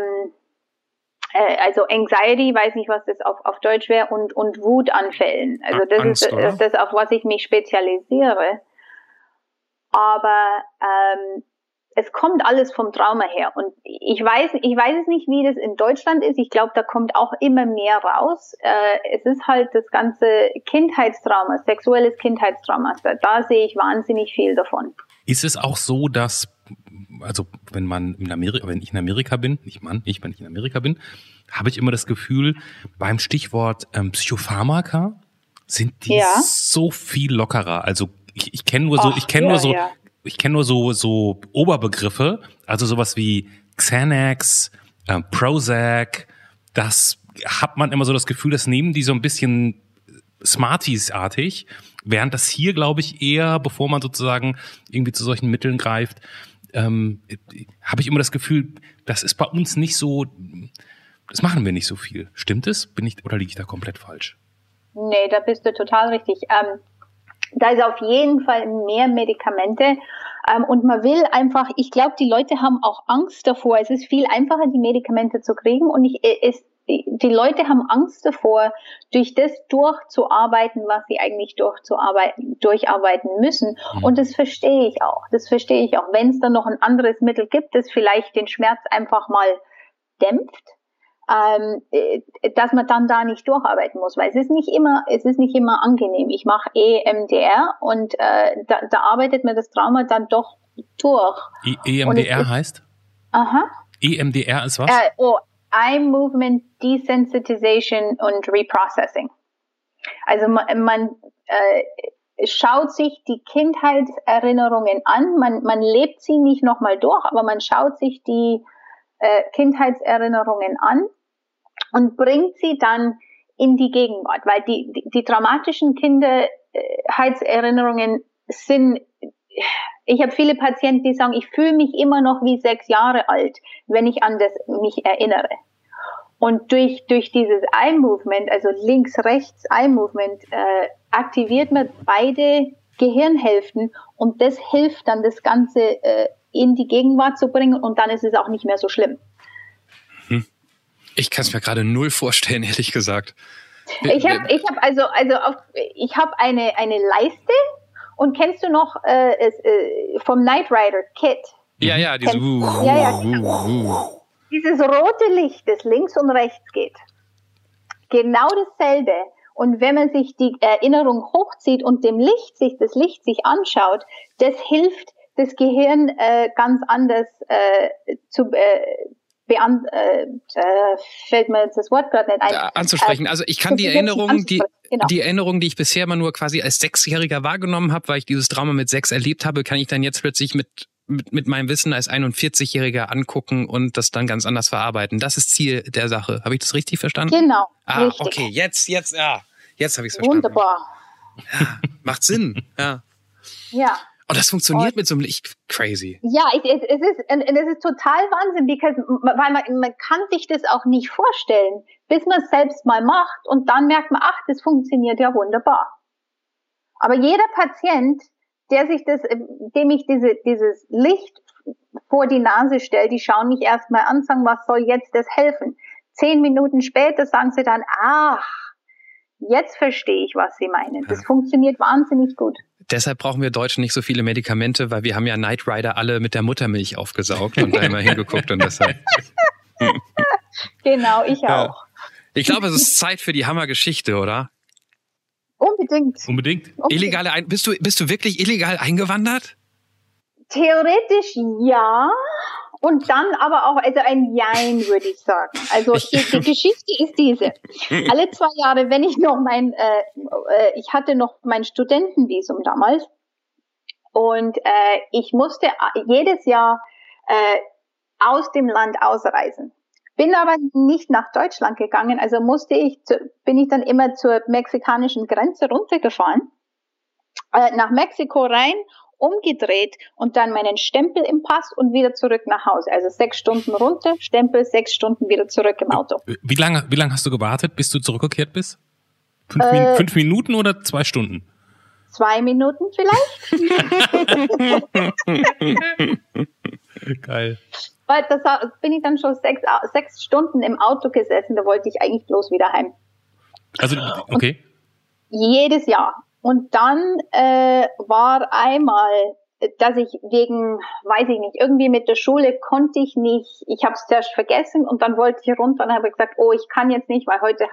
also Anxiety, weiß nicht, was das auf Deutsch wäre, und Wutanfällen. Also das Angst, ist das, auf was ich mich spezialisiere. Aber es kommt alles vom Trauma her. Und ich weiß es nicht, wie das in Deutschland ist. Ich glaube, da kommt auch immer mehr raus. Es ist halt das ganze Kindheitstrauma, sexuelles Kindheitstrauma. Da sehe ich wahnsinnig viel davon. Ist es auch so, dass, also wenn ich in Amerika bin, wenn ich in Amerika bin, habe ich immer das Gefühl, beim Stichwort Psychopharmaka sind die so viel lockerer. Also ich kenne nur so Oberbegriffe, also sowas wie Xanax, Prozac. Das hat man immer so das Gefühl, das nehmen die so ein bisschen Smarties-artig, während das hier, glaube ich, eher, bevor man sozusagen irgendwie zu solchen Mitteln greift, habe ich immer das Gefühl, das ist bei uns nicht so, das machen wir nicht so viel. Stimmt es? Oder liege ich da komplett falsch? Nee, da bist du total richtig. Da ist auf jeden Fall mehr Medikamente und man will einfach, ich glaube, die Leute haben auch Angst davor. Es ist viel einfacher, die Medikamente zu kriegen und die Leute haben Angst davor, durch das durchzuarbeiten, was sie eigentlich durcharbeiten müssen. Und das verstehe ich auch. Wenn es dann noch ein anderes Mittel gibt, das vielleicht den Schmerz einfach mal dämpft, dass man dann da nicht durcharbeiten muss, weil es ist nicht immer angenehm. Ich mache EMDR und da arbeitet mir das Trauma dann doch durch. EMDR heißt? Aha. EMDR ist was? Eye Movement Desensitization und Reprocessing. Also man schaut sich die Kindheitserinnerungen an, man lebt sie nicht nochmal durch, aber man schaut sich die Kindheitserinnerungen an und bringt sie dann in die Gegenwart, weil die traumatischen Kindheitserinnerungen sind, ich habe viele Patienten, die sagen, ich fühle mich immer noch wie 6 Jahre alt, wenn ich an das mich erinnere. Und durch dieses Eye-Movement, also links-rechts Eye-Movement, aktiviert man beide Gehirnhälften und das hilft dann, das Ganze in die Gegenwart zu bringen und dann ist es auch nicht mehr so schlimm. Ich kann es mir gerade null vorstellen, ehrlich gesagt. Ich habe eine Leiste und kennst du noch vom Knight Rider Kit? Ja, diese dieses rote Licht, das links und rechts geht. Genau dasselbe. Und wenn man sich die Erinnerung hochzieht und das Licht sich anschaut, das hilft das Gehirn ganz anders fällt mir jetzt das Wort gerade nicht ein. Anzusprechen. Also ich kann die Erinnerung, die Erinnerung, die ich bisher immer nur quasi als 6-Jähriger wahrgenommen habe, weil ich dieses Trauma mit 6 erlebt habe, kann ich dann jetzt plötzlich mit meinem Wissen als 41-Jähriger angucken und das dann ganz anders verarbeiten. Das ist Ziel der Sache. Habe ich das richtig verstanden? Genau. Richtig. Okay, jetzt habe ich es verstanden. Wunderbar. Ja, macht Sinn. Ja. Ja. Und das funktioniert mit so einem Licht. Crazy. Ja, es ist total Wahnsinn, weil man kann sich das auch nicht vorstellen, bis man es selbst mal macht und dann merkt man, ach, das funktioniert ja wunderbar. Aber jeder Patient, dem ich dieses Licht vor die Nase stelle, die schauen mich erstmal an, sagen, was soll jetzt das helfen? 10 Minuten später sagen sie dann, ach, jetzt verstehe ich, was Sie meinen. Das funktioniert wahnsinnig gut. Deshalb brauchen wir Deutschen nicht so viele Medikamente, weil wir haben ja Knight Rider alle mit der Muttermilch aufgesaugt und da immer hingeguckt und deshalb. Genau, ich auch. Ich glaube, es ist Zeit für die Hammergeschichte, oder? Unbedingt. Illegale bist du wirklich illegal eingewandert? Theoretisch ja. Und dann aber auch, also ein Jein, würde ich sagen. Also die Geschichte ist diese. Alle 2 Jahre, wenn ich noch ich hatte noch mein Studentenvisum damals und ich musste jedes Jahr aus dem Land ausreisen. Bin aber nicht nach Deutschland gegangen, also bin ich dann immer zur mexikanischen Grenze runtergefahren, nach Mexiko rein, umgedreht und dann meinen Stempel im Pass und wieder zurück nach Hause. Also 6 Stunden runter, Stempel, 6 Stunden wieder zurück im Auto. Wie lange hast du gewartet, bis du zurückgekehrt bist? 5 Minuten oder 2 Stunden? 2 Minuten vielleicht. Geil. Weil bin ich dann schon 6 Stunden im Auto gesessen, da wollte ich eigentlich bloß wieder heim. Also, okay. Und jedes Jahr. Und dann war einmal, dass ich weiß ich nicht, irgendwie mit der Schule konnte ich nicht, ich habe es zuerst vergessen und dann wollte ich runter und habe gesagt, oh, ich kann jetzt nicht, weil heute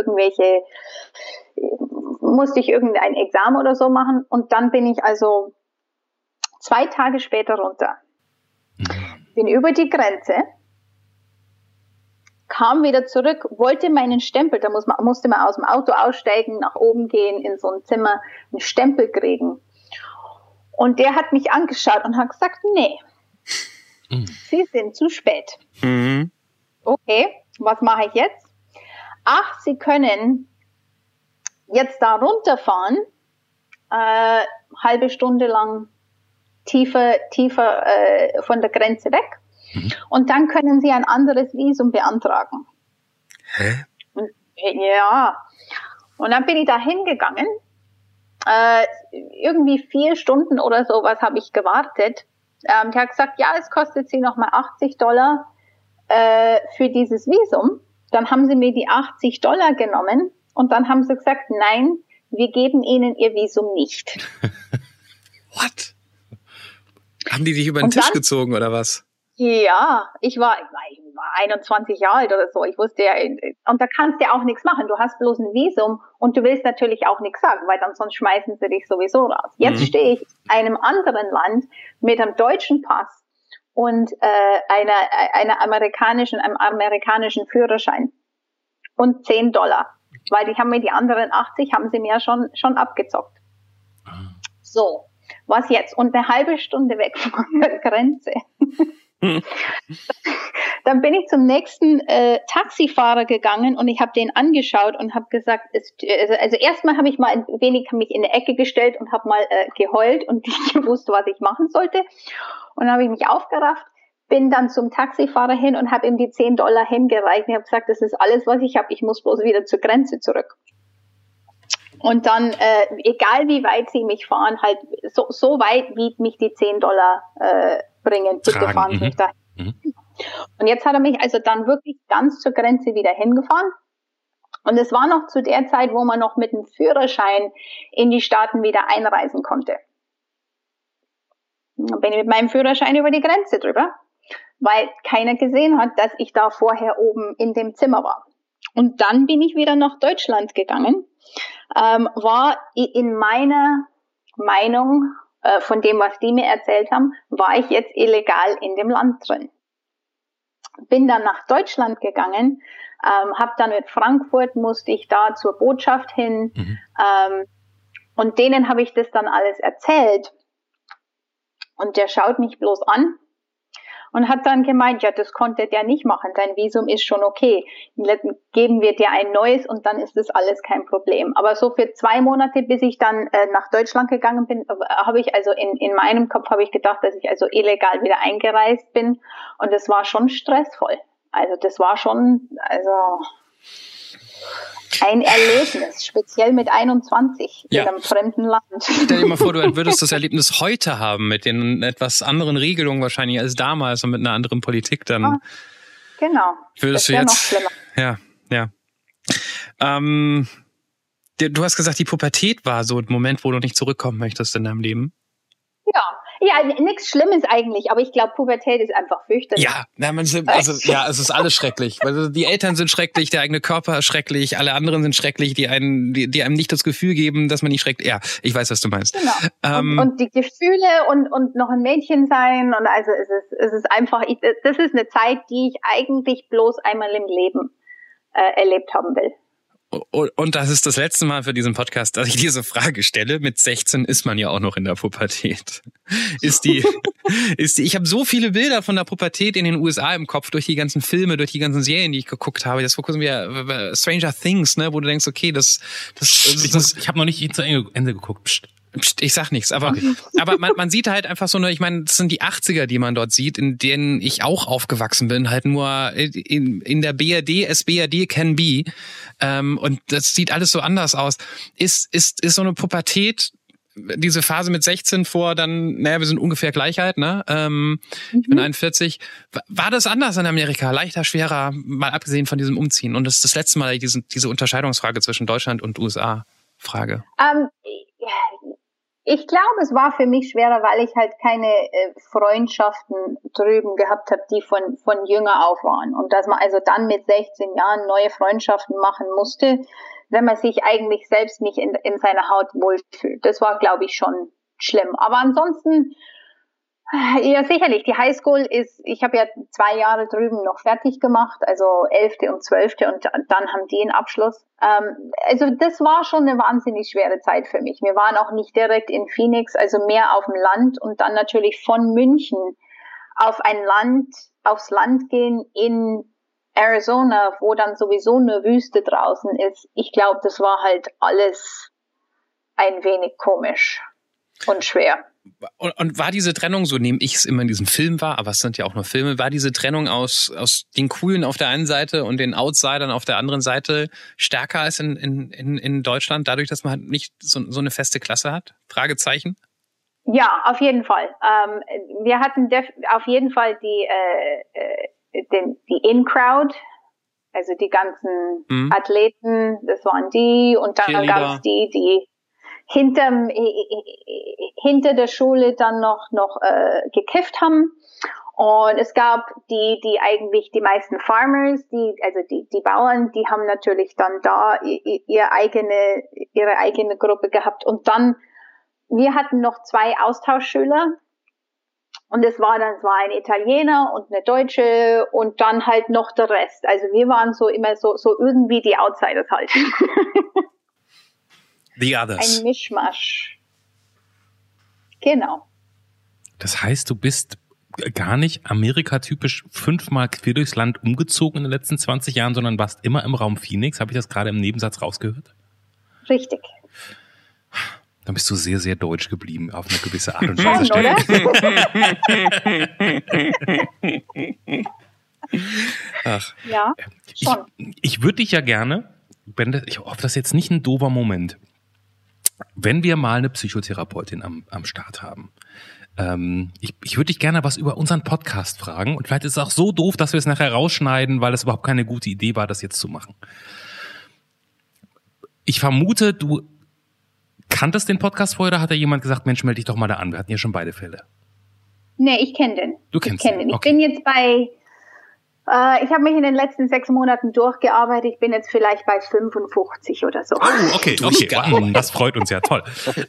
musste ich irgendein Examen oder so machen und dann bin ich also 2 Tage später runter. Bin über die Grenze, kam wieder zurück, wollte meinen Stempel, da musste man aus dem Auto aussteigen, nach oben gehen, in so ein Zimmer, einen Stempel kriegen. Und der hat mich angeschaut und hat gesagt, nee, Sie sind zu spät. Mhm. Okay, was mache ich jetzt? Ach, Sie können jetzt da runterfahren, halbe Stunde lang tiefer von der Grenze weg. Und dann können Sie ein anderes Visum beantragen. Hä? Ja. Und dann bin ich da hingegangen. Irgendwie 4 Stunden oder sowas habe ich gewartet. Die hat gesagt, ja, es kostet Sie nochmal $80 für dieses Visum. Dann haben sie mir die $80 genommen und dann haben sie gesagt, nein, wir geben Ihnen Ihr Visum nicht. What? Haben die dich über den Tisch gezogen oder was? Ja, ich war 21 Jahre alt oder so. Ich wusste ja, und da kannst du ja auch nichts machen. Du hast bloß ein Visum und du willst natürlich auch nichts sagen, weil dann sonst schmeißen sie dich sowieso raus. Jetzt stehe ich in einem anderen Land mit einem deutschen Pass und einem amerikanischen Führerschein und $10, weil die haben mir die anderen 80 haben sie mir schon abgezockt. So, was jetzt? Und eine halbe Stunde weg von der Grenze. Dann bin ich zum nächsten Taxifahrer gegangen und ich habe den angeschaut und habe gesagt, also erstmal habe ich mal ein wenig mich in eine Ecke gestellt und habe mal geheult und nicht gewusst, was ich machen sollte. Und dann habe ich mich aufgerafft, bin dann zum Taxifahrer hin und habe ihm die $10 hingereicht. Ich habe gesagt, das ist alles, was ich habe. Ich muss bloß wieder zur Grenze zurück. Und dann, egal wie weit sie mich fahren, halt so weit, wie mich die $10 bringen. Bitte fahren Sie mich dahin. Und jetzt hat er mich also dann wirklich ganz zur Grenze wieder hingefahren. Und es war noch zu der Zeit, wo man noch mit dem Führerschein in die Staaten wieder einreisen konnte. Dann bin ich mit meinem Führerschein über die Grenze drüber, weil keiner gesehen hat, dass ich da vorher oben in dem Zimmer war. Und dann bin ich wieder nach Deutschland gegangen war in meiner Meinung, von dem, was die mir erzählt haben, war ich jetzt illegal in dem Land drin. Bin dann nach Deutschland gegangen, habe dann mit Frankfurt, musste ich da zur Botschaft hin, und denen habe ich das dann alles erzählt. Und der schaut mich bloß an und hat dann gemeint, ja, das konnte der nicht machen, dein Visum ist schon okay. Geben wir dir ein neues und dann ist das alles kein Problem. Aber so für 2 Monate, bis ich dann nach Deutschland gegangen bin, habe ich also in meinem Kopf habe ich gedacht, dass ich also illegal wieder eingereist bin. Und das war schon stressvoll. Also das war schon, ein Erlebnis, speziell mit 21 in einem fremden Land. Stell dir mal vor, du würdest das Erlebnis heute haben mit den etwas anderen Regelungen wahrscheinlich als damals und mit einer anderen Politik dann. Ja, genau. Würdest du jetzt? Noch schlimmer. Ja. Du hast gesagt, die Pubertät war so ein Moment, wo du nicht zurückkommen möchtest in deinem Leben. Ja, nichts Schlimmes eigentlich, aber ich glaube, Pubertät ist einfach fürchterlich. Ja, es ist alles schrecklich. Also die Eltern sind schrecklich, der eigene Körper ist schrecklich, alle anderen sind schrecklich, die einem nicht das Gefühl geben, dass man nicht schrecklich. Ja, ich weiß, was du meinst. Genau. Und die Gefühle und noch ein Mädchen sein und also es ist einfach, das ist eine Zeit, die ich eigentlich bloß einmal im Leben erlebt haben will. Und das ist das letzte Mal für diesen Podcast, dass ich diese Frage stelle. Mit 16 ist man ja auch noch in der Pubertät. Ich habe so viele Bilder von der Pubertät in den USA im Kopf, durch die ganzen Filme, durch die ganzen Serien, die ich geguckt habe. Das vor kurzem wieder Stranger Things, ne, wo du denkst, okay, ich habe noch nicht zu Ende geguckt. Psst, ich sag nichts, aber man sieht halt einfach so ich meine, das sind die 80er, die man dort sieht, in denen ich auch aufgewachsen bin, halt nur in der BRD, SBRD Can Be, und das sieht alles so anders aus. Ist so eine Pubertät, diese Phase mit 16 vor dann, wir sind ungefähr gleich alt, ne? Ich bin 41. War das anders in Amerika? Leichter, schwerer, mal abgesehen von diesem Umziehen? Und das ist das letzte Mal diese Unterscheidungsfrage zwischen Deutschland und USA Frage. Ich glaube, es war für mich schwerer, weil ich halt keine Freundschaften drüben gehabt habe, die von jünger auf waren. Und dass man also dann mit 16 Jahren neue Freundschaften machen musste, wenn man sich eigentlich selbst nicht in seiner Haut wohlfühlt. Das war, glaube ich, schon schlimm. Aber ansonsten, ja sicherlich, die Highschool ich habe ja 2 Jahre drüben noch fertig gemacht, also 11. und 12. und dann haben die einen Abschluss. Also das war schon eine wahnsinnig schwere Zeit für mich. Wir waren auch nicht direkt in Phoenix, also mehr auf dem Land und dann natürlich von München aufs Land gehen in Arizona, wo dann sowieso eine Wüste draußen ist. Ich glaube, das war halt alles ein wenig komisch und schwer. Und war diese Trennung, so nehme ich es immer in diesem Film wahr, aber es sind ja auch nur Filme, war diese Trennung aus den Coolen auf der einen Seite und den Outsidern auf der anderen Seite stärker als in Deutschland, dadurch, dass man halt nicht so eine feste Klasse hat? Fragezeichen? Ja, auf jeden Fall. Wir hatten auf jeden Fall die In-Crowd, also die ganzen Athleten, das waren die, und dann gab es die hinter der Schule dann noch gekifft haben. Und es gab die eigentlich die meisten Farmers, die Bauern, die haben natürlich dann da ihre eigene Gruppe gehabt. Und dann, wir hatten noch 2 Austauschschüler. Und es war ein Italiener und eine Deutsche und dann halt noch der Rest. Also wir waren so immer so irgendwie die Outsiders halt. The others. Ein Mischmasch. Genau. Das heißt, du bist gar nicht Amerika-typisch 5-mal quer durchs Land umgezogen in den letzten 20 Jahren, sondern warst immer im Raum Phoenix. Habe ich das gerade im Nebensatz rausgehört? Richtig. Dann bist du sehr, sehr deutsch geblieben, auf eine gewisse Art und Weise. Schon, oder? Ach. Ja, schon. Ich würde dich ja gerne, ich hoffe, das ist jetzt nicht ein doofer Moment, wenn wir mal eine Psychotherapeutin am Start haben. Ich würde dich gerne was über unseren Podcast fragen und vielleicht ist es auch so doof, dass wir es nachher rausschneiden, weil es überhaupt keine gute Idee war, das jetzt zu machen. Ich vermute, du kanntest den Podcast vorher oder hat da jemand gesagt, Mensch, melde dich doch mal da an, wir hatten ja schon beide Fälle. Nee, ich kenne den. Du kennst den? Ich bin jetzt bei Ich habe mich in den letzten 6 Monaten durchgearbeitet. Ich bin jetzt vielleicht bei 55 oder so. Oh, okay. Wow, das freut uns ja, toll.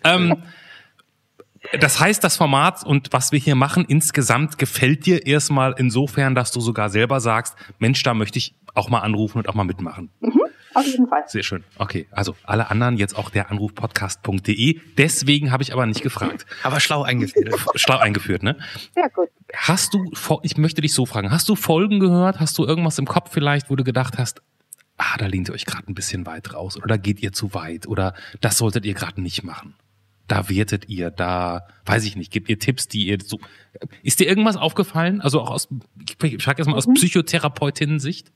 Das heißt, das Format und was wir hier machen insgesamt gefällt dir erstmal insofern, dass du sogar selber sagst, Mensch, da möchte ich auch mal anrufen und auch mal mitmachen. Auf jeden Fall. Sehr schön. Okay, also alle anderen jetzt auch der Anrufpodcast.de. Deswegen habe ich aber nicht gefragt. Aber schlau eingeführt. Schlau eingeführt, ne? Sehr gut. Ich möchte dich so fragen, hast du Folgen gehört? Hast du irgendwas im Kopf vielleicht, wo du gedacht hast, da lehnt ihr euch gerade ein bisschen weit raus oder da geht ihr zu weit oder das solltet ihr gerade nicht machen? Da wertet ihr, da, weiß ich nicht, gebt ihr Tipps, die ihr so... Ist dir irgendwas aufgefallen? Also auch ich frage jetzt mal aus Psychotherapeutinnen-Sicht?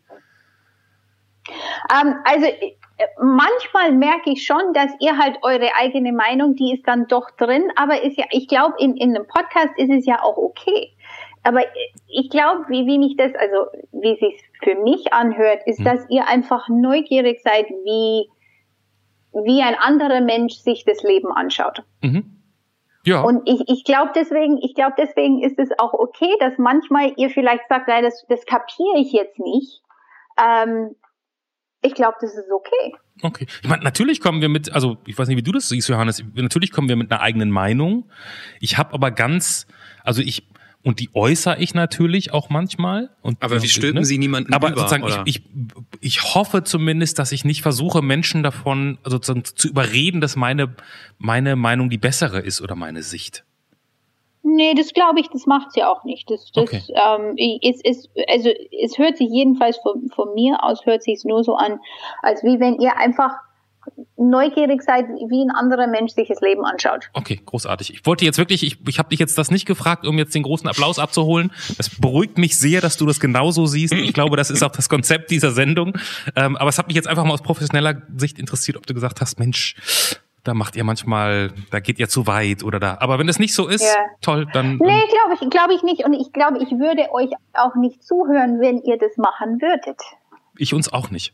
Also manchmal merke ich schon, dass ihr halt eure eigene Meinung, die ist dann doch drin, aber ist ja, ich glaube, in einem Podcast ist es ja auch okay. Aber ich glaube, wie mich das, also wie es sich für mich anhört, ist, dass ihr einfach neugierig seid, wie ein anderer Mensch sich das Leben anschaut. Ja. Und ich glaube deswegen ist es auch okay, dass manchmal ihr vielleicht sagt, nein, das kapiere ich jetzt nicht. Ich glaube, das ist okay. Okay. Ich meine, natürlich kommen wir mit, also ich weiß nicht, wie du das siehst, Johannes, natürlich kommen wir mit einer eigenen Meinung. Ich habe aber und die äußere ich natürlich auch manchmal. Aber wie stülpen Sie niemanden aber über? Sozusagen, ich hoffe zumindest, dass ich nicht versuche, Menschen davon sozusagen zu überreden, dass meine Meinung die bessere ist oder meine Sicht. Nee, das glaube ich, das macht sie auch nicht. Okay. Es hört sich jedenfalls von mir aus, hört sich es nur so an, als wie wenn ihr einfach neugierig seid, wie ein anderer Mensch sich das Leben anschaut. Okay, großartig. Ich wollte jetzt wirklich, ich habe dich jetzt das nicht gefragt, um jetzt den großen Applaus abzuholen. Es beruhigt mich sehr, dass du das genauso siehst. Ich glaube, das ist auch das Konzept dieser Sendung. Aber es hat mich jetzt einfach mal aus professioneller Sicht interessiert, ob du gesagt hast, Mensch, da macht ihr manchmal, da geht ihr zu weit oder da. Aber wenn es nicht so ist, ja. Toll, dann... Nee, glaube ich nicht. Und ich glaube, ich würde euch auch nicht zuhören, wenn ihr das machen würdet. Ich uns auch nicht.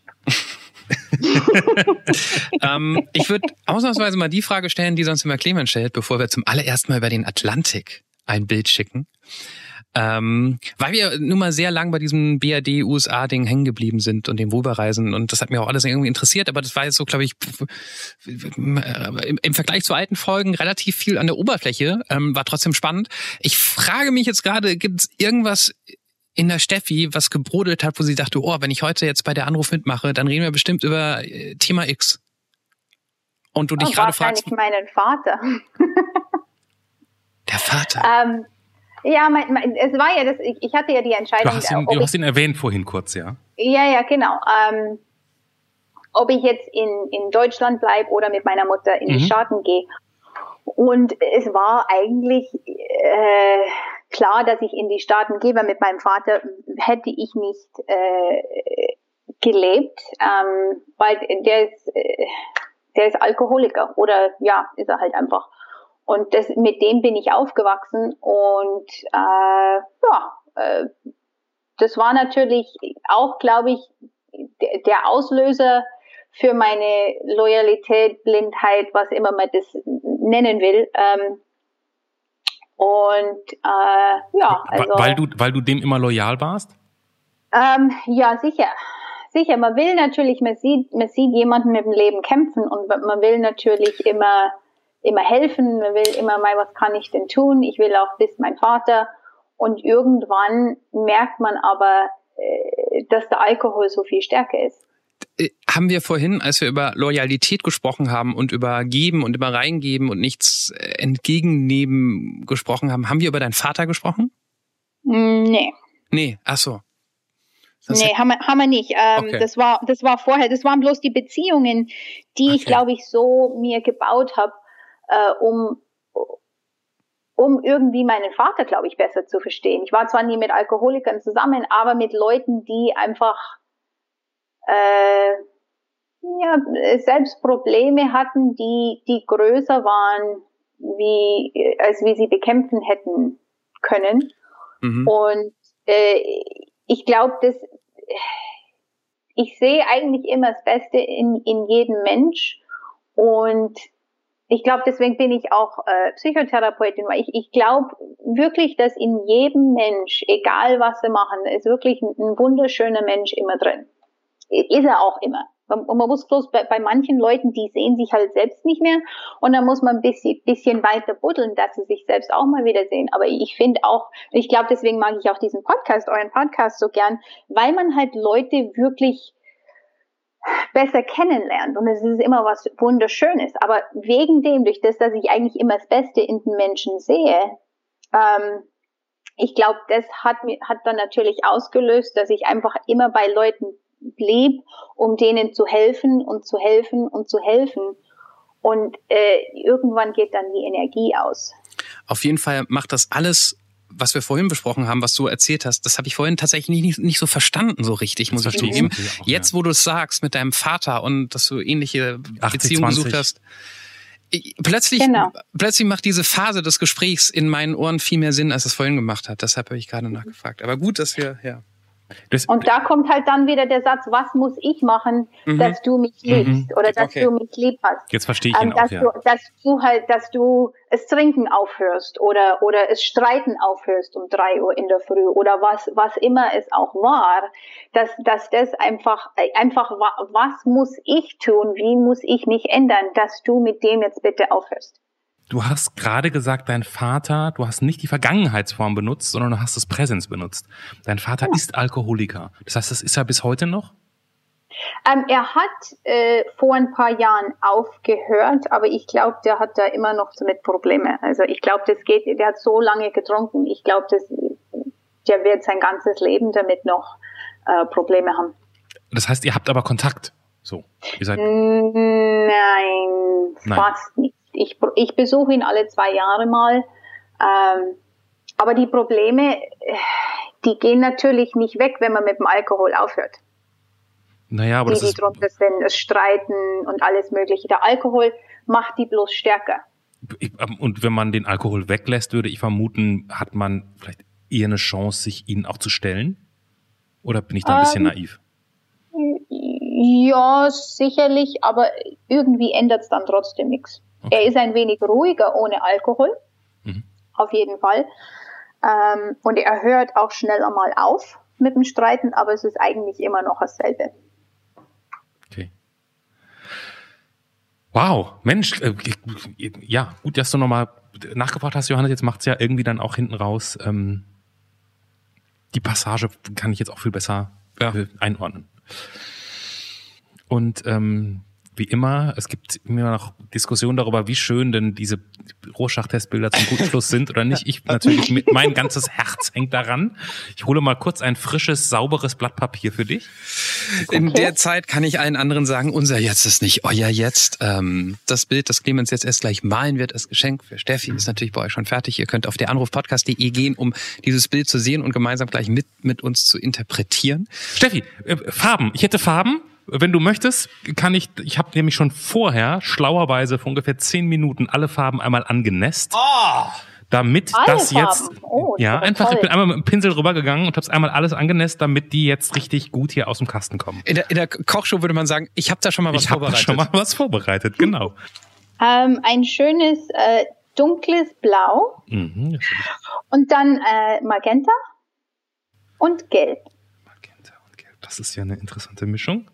Ich würde ausnahmsweise mal die Frage stellen, die sonst immer Clemens stellt, bevor wir zum allerersten Mal über den Atlantik ein Bild schicken. Weil wir nun mal sehr lang bei diesem BRD-USA-Ding hängen geblieben sind und den Wohlbereisen und das hat mich auch alles irgendwie interessiert, aber das war jetzt so, glaube ich, im Vergleich zu alten Folgen relativ viel an der Oberfläche, war trotzdem spannend. Ich frage mich jetzt gerade, gibt es irgendwas in der Steffi, was gebrodelt hat, wo sie dachte, wenn ich heute jetzt bei der Anruf mitmache, dann reden wir bestimmt über Thema X. Und du dich gerade fragst... Wahrscheinlich meinen Vater. Der Vater? Ja, es war ja das, ich hatte ja die Entscheidung... Du hast ihn erwähnt vorhin kurz, ja? Ja, genau. Ob ich jetzt in Deutschland bleibe oder mit meiner Mutter in die Staaten gehe. Und es war eigentlich klar, dass ich in die Staaten gehe, weil mit meinem Vater hätte ich nicht gelebt, weil der ist Alkoholiker oder ja, ist er halt einfach. Und mit dem bin ich aufgewachsen und das war natürlich auch, glaube ich, der Auslöser für meine Loyalität, Blindheit, was immer man das nennen will. Also weil du dem immer loyal warst? Ja, sicher. Sicher, man will natürlich, man sieht jemanden mit dem Leben kämpfen und man will natürlich immer helfen, man will immer mal, was kann ich denn tun? Ich will auch, bis mein Vater. Und irgendwann merkt man aber, dass der Alkohol so viel stärker ist. Haben wir vorhin, als wir über Loyalität gesprochen haben und über Geben und immer reingeben und nichts entgegennehmen gesprochen haben wir über deinen Vater gesprochen? Nee. Nee, ach so. Haben wir nicht. Okay. Das war vorher, das waren bloß die Beziehungen, die ich, glaube ich, so mir gebaut habe, um irgendwie meinen Vater, glaube ich, besser zu verstehen. Ich war zwar nie mit Alkoholikern zusammen, aber mit Leuten, die einfach selbst Probleme hatten, die größer waren, als wie sie bekämpfen hätten können. Und ich glaube, ich sehe eigentlich immer das Beste in jedem Mensch und ich glaube, deswegen bin ich auch Psychotherapeutin, weil ich glaube, wirklich, dass in jedem Mensch, egal was sie machen, ist wirklich ein wunderschöner Mensch immer drin. Ist er auch immer. Und man muss bloß bei manchen Leuten, die sehen sich halt selbst nicht mehr und dann muss man ein bisschen weiter buddeln, dass sie sich selbst auch mal wieder sehen. Aber ich finde auch, ich glaube, deswegen mag ich auch diesen Podcast, euren Podcast so gern, weil man halt Leute wirklich besser kennenlernt und es ist immer was Wunderschönes. Aber wegen dem, durch das, dass ich eigentlich immer das Beste in den Menschen sehe, ich glaube, das hat dann natürlich ausgelöst, dass ich einfach immer bei Leuten blieb, um denen zu helfen und zu helfen und zu helfen. Und irgendwann geht dann die Energie aus. Auf jeden Fall macht das alles, was wir vorhin besprochen haben, was du erzählt hast, das habe ich vorhin tatsächlich nicht so verstanden so richtig, muss ich zugeben. Jetzt, wo du es sagst mit deinem Vater und dass du ähnliche Beziehungen gesucht hast, plötzlich macht diese Phase des Gesprächs in meinen Ohren viel mehr Sinn, als es vorhin gemacht hat. Deshalb habe ich gerade nachgefragt. Aber gut, dass wir, Und da kommt halt dann wieder der Satz, was muss ich machen, dass du mich liebst oder dass du mich lieb hast. Jetzt verstehe ich ihn auch, dass du es Trinken aufhörst oder es Streiten aufhörst um 3 Uhr in der Früh oder was immer es auch war, dass das einfach, was muss ich tun, wie muss ich mich ändern, dass du mit dem jetzt bitte aufhörst. Du hast gerade gesagt, dein Vater, du hast nicht die Vergangenheitsform benutzt, sondern du hast das Präsens benutzt. Dein Vater ist Alkoholiker. Das heißt, das ist er bis heute noch? Er hat vor ein paar Jahren aufgehört, aber ich glaube, der hat da immer noch damit Probleme. Also ich glaube, der hat so lange getrunken. Ich glaube, der wird sein ganzes Leben damit noch Probleme haben. Das heißt, ihr habt aber Kontakt? So, ihr seid Nein, fast nicht. Ich besuche ihn alle 2 Jahre mal, aber die Probleme, die gehen natürlich nicht weg, wenn man mit dem Alkohol aufhört. Naja, aber die drunter sind, das Streiten und alles Mögliche. Der Alkohol macht die bloß stärker. Und wenn man den Alkohol weglässt, würde ich vermuten, hat man vielleicht eher eine Chance, sich ihnen auch zu stellen? Oder bin ich da ein bisschen naiv? Ja, sicherlich, aber irgendwie ändert es dann trotzdem nichts. Okay. Er ist ein wenig ruhiger ohne Alkohol, auf jeden Fall. Und er hört auch schneller mal auf mit dem Streiten, aber es ist eigentlich immer noch dasselbe. Okay. Wow, Mensch, ja, gut, dass du nochmal nachgefragt hast, Johannes, jetzt macht's ja irgendwie dann auch hinten raus. Die Passage kann ich jetzt auch viel besser einordnen. Und wie immer, es gibt immer noch Diskussionen darüber, wie schön denn diese Rorschach-Testbilder zum guten Schluss sind oder nicht. Ich natürlich, mein ganzes Herz hängt daran. Ich hole mal kurz ein frisches, sauberes Blatt Papier für dich. In der Zeit kann ich allen anderen sagen, unser Jetzt ist nicht euer Jetzt. Das Bild, das Clemens jetzt erst gleich malen wird, als Geschenk für Steffi, ist natürlich bei euch schon fertig. Ihr könnt auf deranrufpodcast.de gehen, um dieses Bild zu sehen und gemeinsam gleich mit uns zu interpretieren. Steffi, Farben. Ich hätte Farben. Wenn du möchtest, ich habe nämlich schon vorher schlauerweise vor ungefähr 10 Minuten alle Farben einmal angenässt. Oh! Damit alle das Farben. Jetzt, einfach, toll. Ich bin einmal mit dem Pinsel rübergegangen und habe es einmal alles angenässt, damit die jetzt richtig gut hier aus dem Kasten kommen. In der Kochshow würde man sagen, ich habe da schon mal was vorbereitet. Ich habe schon mal was vorbereitet, genau. Ein schönes dunkles Blau und dann Magenta und Gelb. Magenta und Gelb, das ist ja eine interessante Mischung.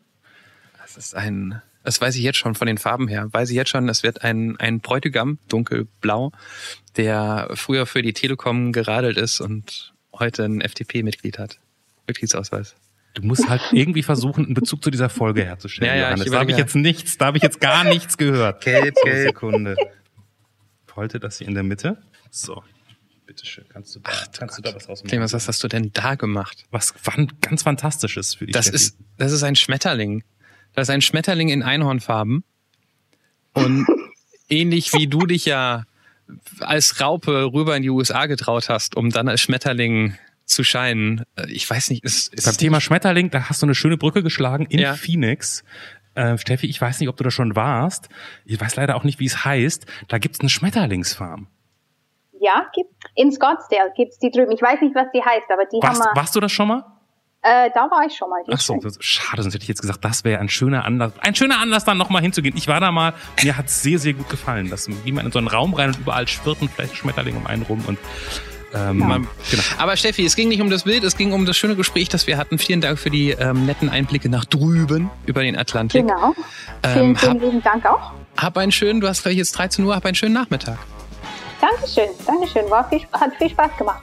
Das weiß ich jetzt schon von den Farben her. Weiß ich jetzt schon, es wird ein Bräutigam, dunkelblau, der früher für die Telekom geradelt ist und heute ein FDP-Mitglied hat. Mitgliedsausweis. Du musst halt irgendwie versuchen, einen Bezug zu dieser Folge herzustellen. Ja, Johannes. Da habe ich jetzt gar nichts gehört. Gelb. Sekunde. Falte das hier in der Mitte. So. Bitteschön, kannst du da was rausmachen? Clemens, was hast du denn da gemacht? Was ganz Fantastisches für die Das ist ein Schmetterling. Das ist ein Schmetterling in Einhornfarben. Und ähnlich wie du dich ja als Raupe rüber in die USA getraut hast, um dann als Schmetterling zu scheinen. Ich weiß nicht, beim Thema Schmetterling, da hast du eine schöne Brücke geschlagen in Phoenix. Steffi, ich weiß nicht, ob du da schon warst. Ich weiß leider auch nicht, wie es heißt. Da gibt's eine Schmetterlingsfarm. Ja, in Scottsdale gibt's die drüben. Ich weiß nicht, was die heißt, aber die haben wir... Warst du das schon mal? Da war ich schon mal. Ach so, schade, sonst hätte ich jetzt gesagt, das wäre ein schöner Anlass, dann nochmal hinzugehen. Ich war da mal, mir hat's sehr, sehr gut gefallen. Wie man in so einen Raum rein und überall schwirrten vielleicht Schmetterlinge um einen rum und Genau. Aber Steffi, es ging nicht um das Bild, es ging um das schöne Gespräch, das wir hatten. Vielen Dank für die netten Einblicke nach drüben über den Atlantik. Genau. Vielen lieben Dank auch. Du hast gleich jetzt 13 Uhr, hab einen schönen Nachmittag. Dankeschön. Hat viel Spaß gemacht.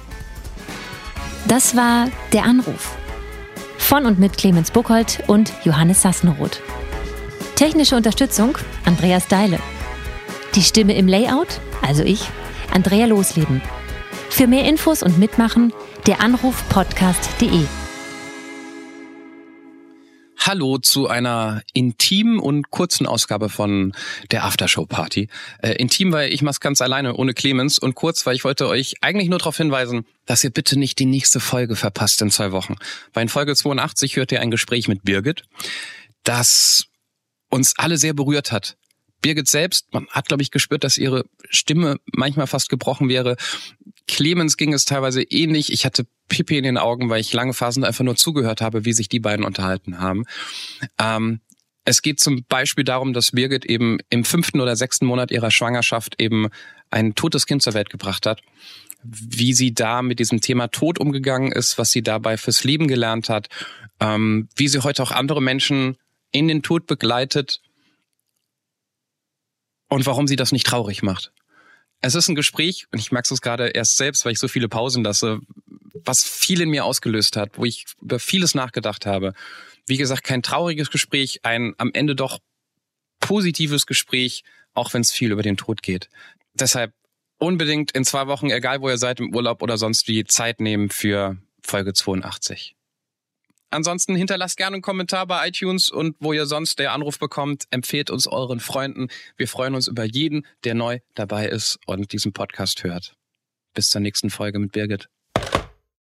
Das war Der Anruf. Von und mit Clemens Buchholz und Johannes Sassenroth. Technische Unterstützung Andreas Deile. Die Stimme im Layout, also ich, Andrea Losleben. Für mehr Infos und Mitmachen, deranrufpodcast.de. Hallo zu einer intimen und kurzen Ausgabe von der Aftershow-Party. Intim, weil ich mach's ganz alleine, ohne Clemens. Und kurz, weil ich wollte euch eigentlich nur darauf hinweisen, dass ihr bitte nicht die nächste Folge verpasst in 2 Wochen. Weil in Folge 82 hört ihr ein Gespräch mit Birgit, das uns alle sehr berührt hat. Birgit selbst, man hat, glaube ich, gespürt, dass ihre Stimme manchmal fast gebrochen wäre. Clemens ging es teilweise ähnlich. Ich hatte Pipi in den Augen, weil ich lange Phasen einfach nur zugehört habe, wie sich die beiden unterhalten haben. Es geht zum Beispiel darum, dass Birgit eben im 5. oder 6. Monat ihrer Schwangerschaft eben ein totes Kind zur Welt gebracht hat. Wie sie da mit diesem Thema Tod umgegangen ist, was sie dabei fürs Leben gelernt hat, wie sie heute auch andere Menschen in den Tod begleitet und warum sie das nicht traurig macht. Es ist ein Gespräch, und ich merke es gerade erst selbst, weil ich so viele Pausen lasse, was viel in mir ausgelöst hat, wo ich über vieles nachgedacht habe. Wie gesagt, kein trauriges Gespräch, ein am Ende doch positives Gespräch, auch wenn es viel über den Tod geht. Deshalb unbedingt in 2 Wochen, egal wo ihr seid, im Urlaub oder sonst wie, Zeit nehmen für Folge 82. Ansonsten hinterlasst gerne einen Kommentar bei iTunes und wo ihr sonst der Anruf bekommt, empfehlt uns euren Freunden. Wir freuen uns über jeden, der neu dabei ist und diesen Podcast hört. Bis zur nächsten Folge mit Birgit.